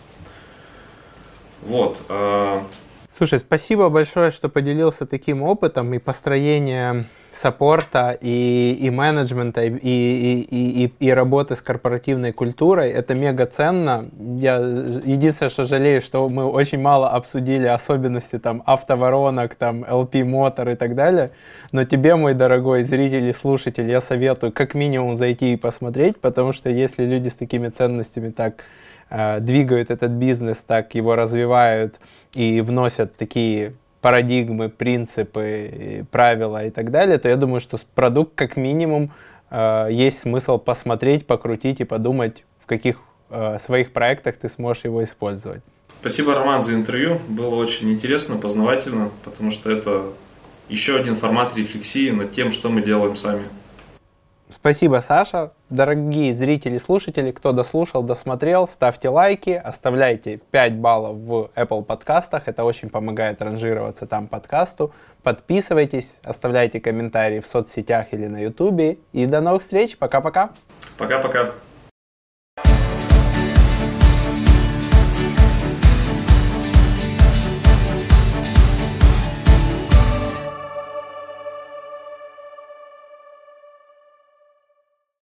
Вот. Слушай, спасибо большое, что поделился таким опытом и построения саппорта, и, и менеджмента, и, и, и, и, и работы с корпоративной культурой. Это мега ценно. Я единственное, что жалею, что мы очень мало обсудили особенности там автоворонок, там эл пи Motor и так далее. Но тебе, мой дорогой зритель и слушатель, я советую как минимум зайти и посмотреть, потому что если люди с такими ценностями так э, двигают этот бизнес, так его развивают и вносят такие парадигмы, принципы, правила и так далее, то я думаю, что продукт как минимум э, есть смысл посмотреть, покрутить и подумать, в каких э, своих проектах ты сможешь его использовать. Спасибо, Роман, за интервью. Было очень интересно, познавательно, потому что это еще один формат рефлексии над тем, что мы делаем сами. Спасибо, Саша. Дорогие зрители и слушатели, кто дослушал, досмотрел, ставьте лайки, оставляйте пять баллов в Apple подкастах. Это очень помогает ранжироваться там подкасту. Подписывайтесь, оставляйте комментарии в соцсетях или на YouTube. И до новых встреч. Пока-пока. Пока-пока.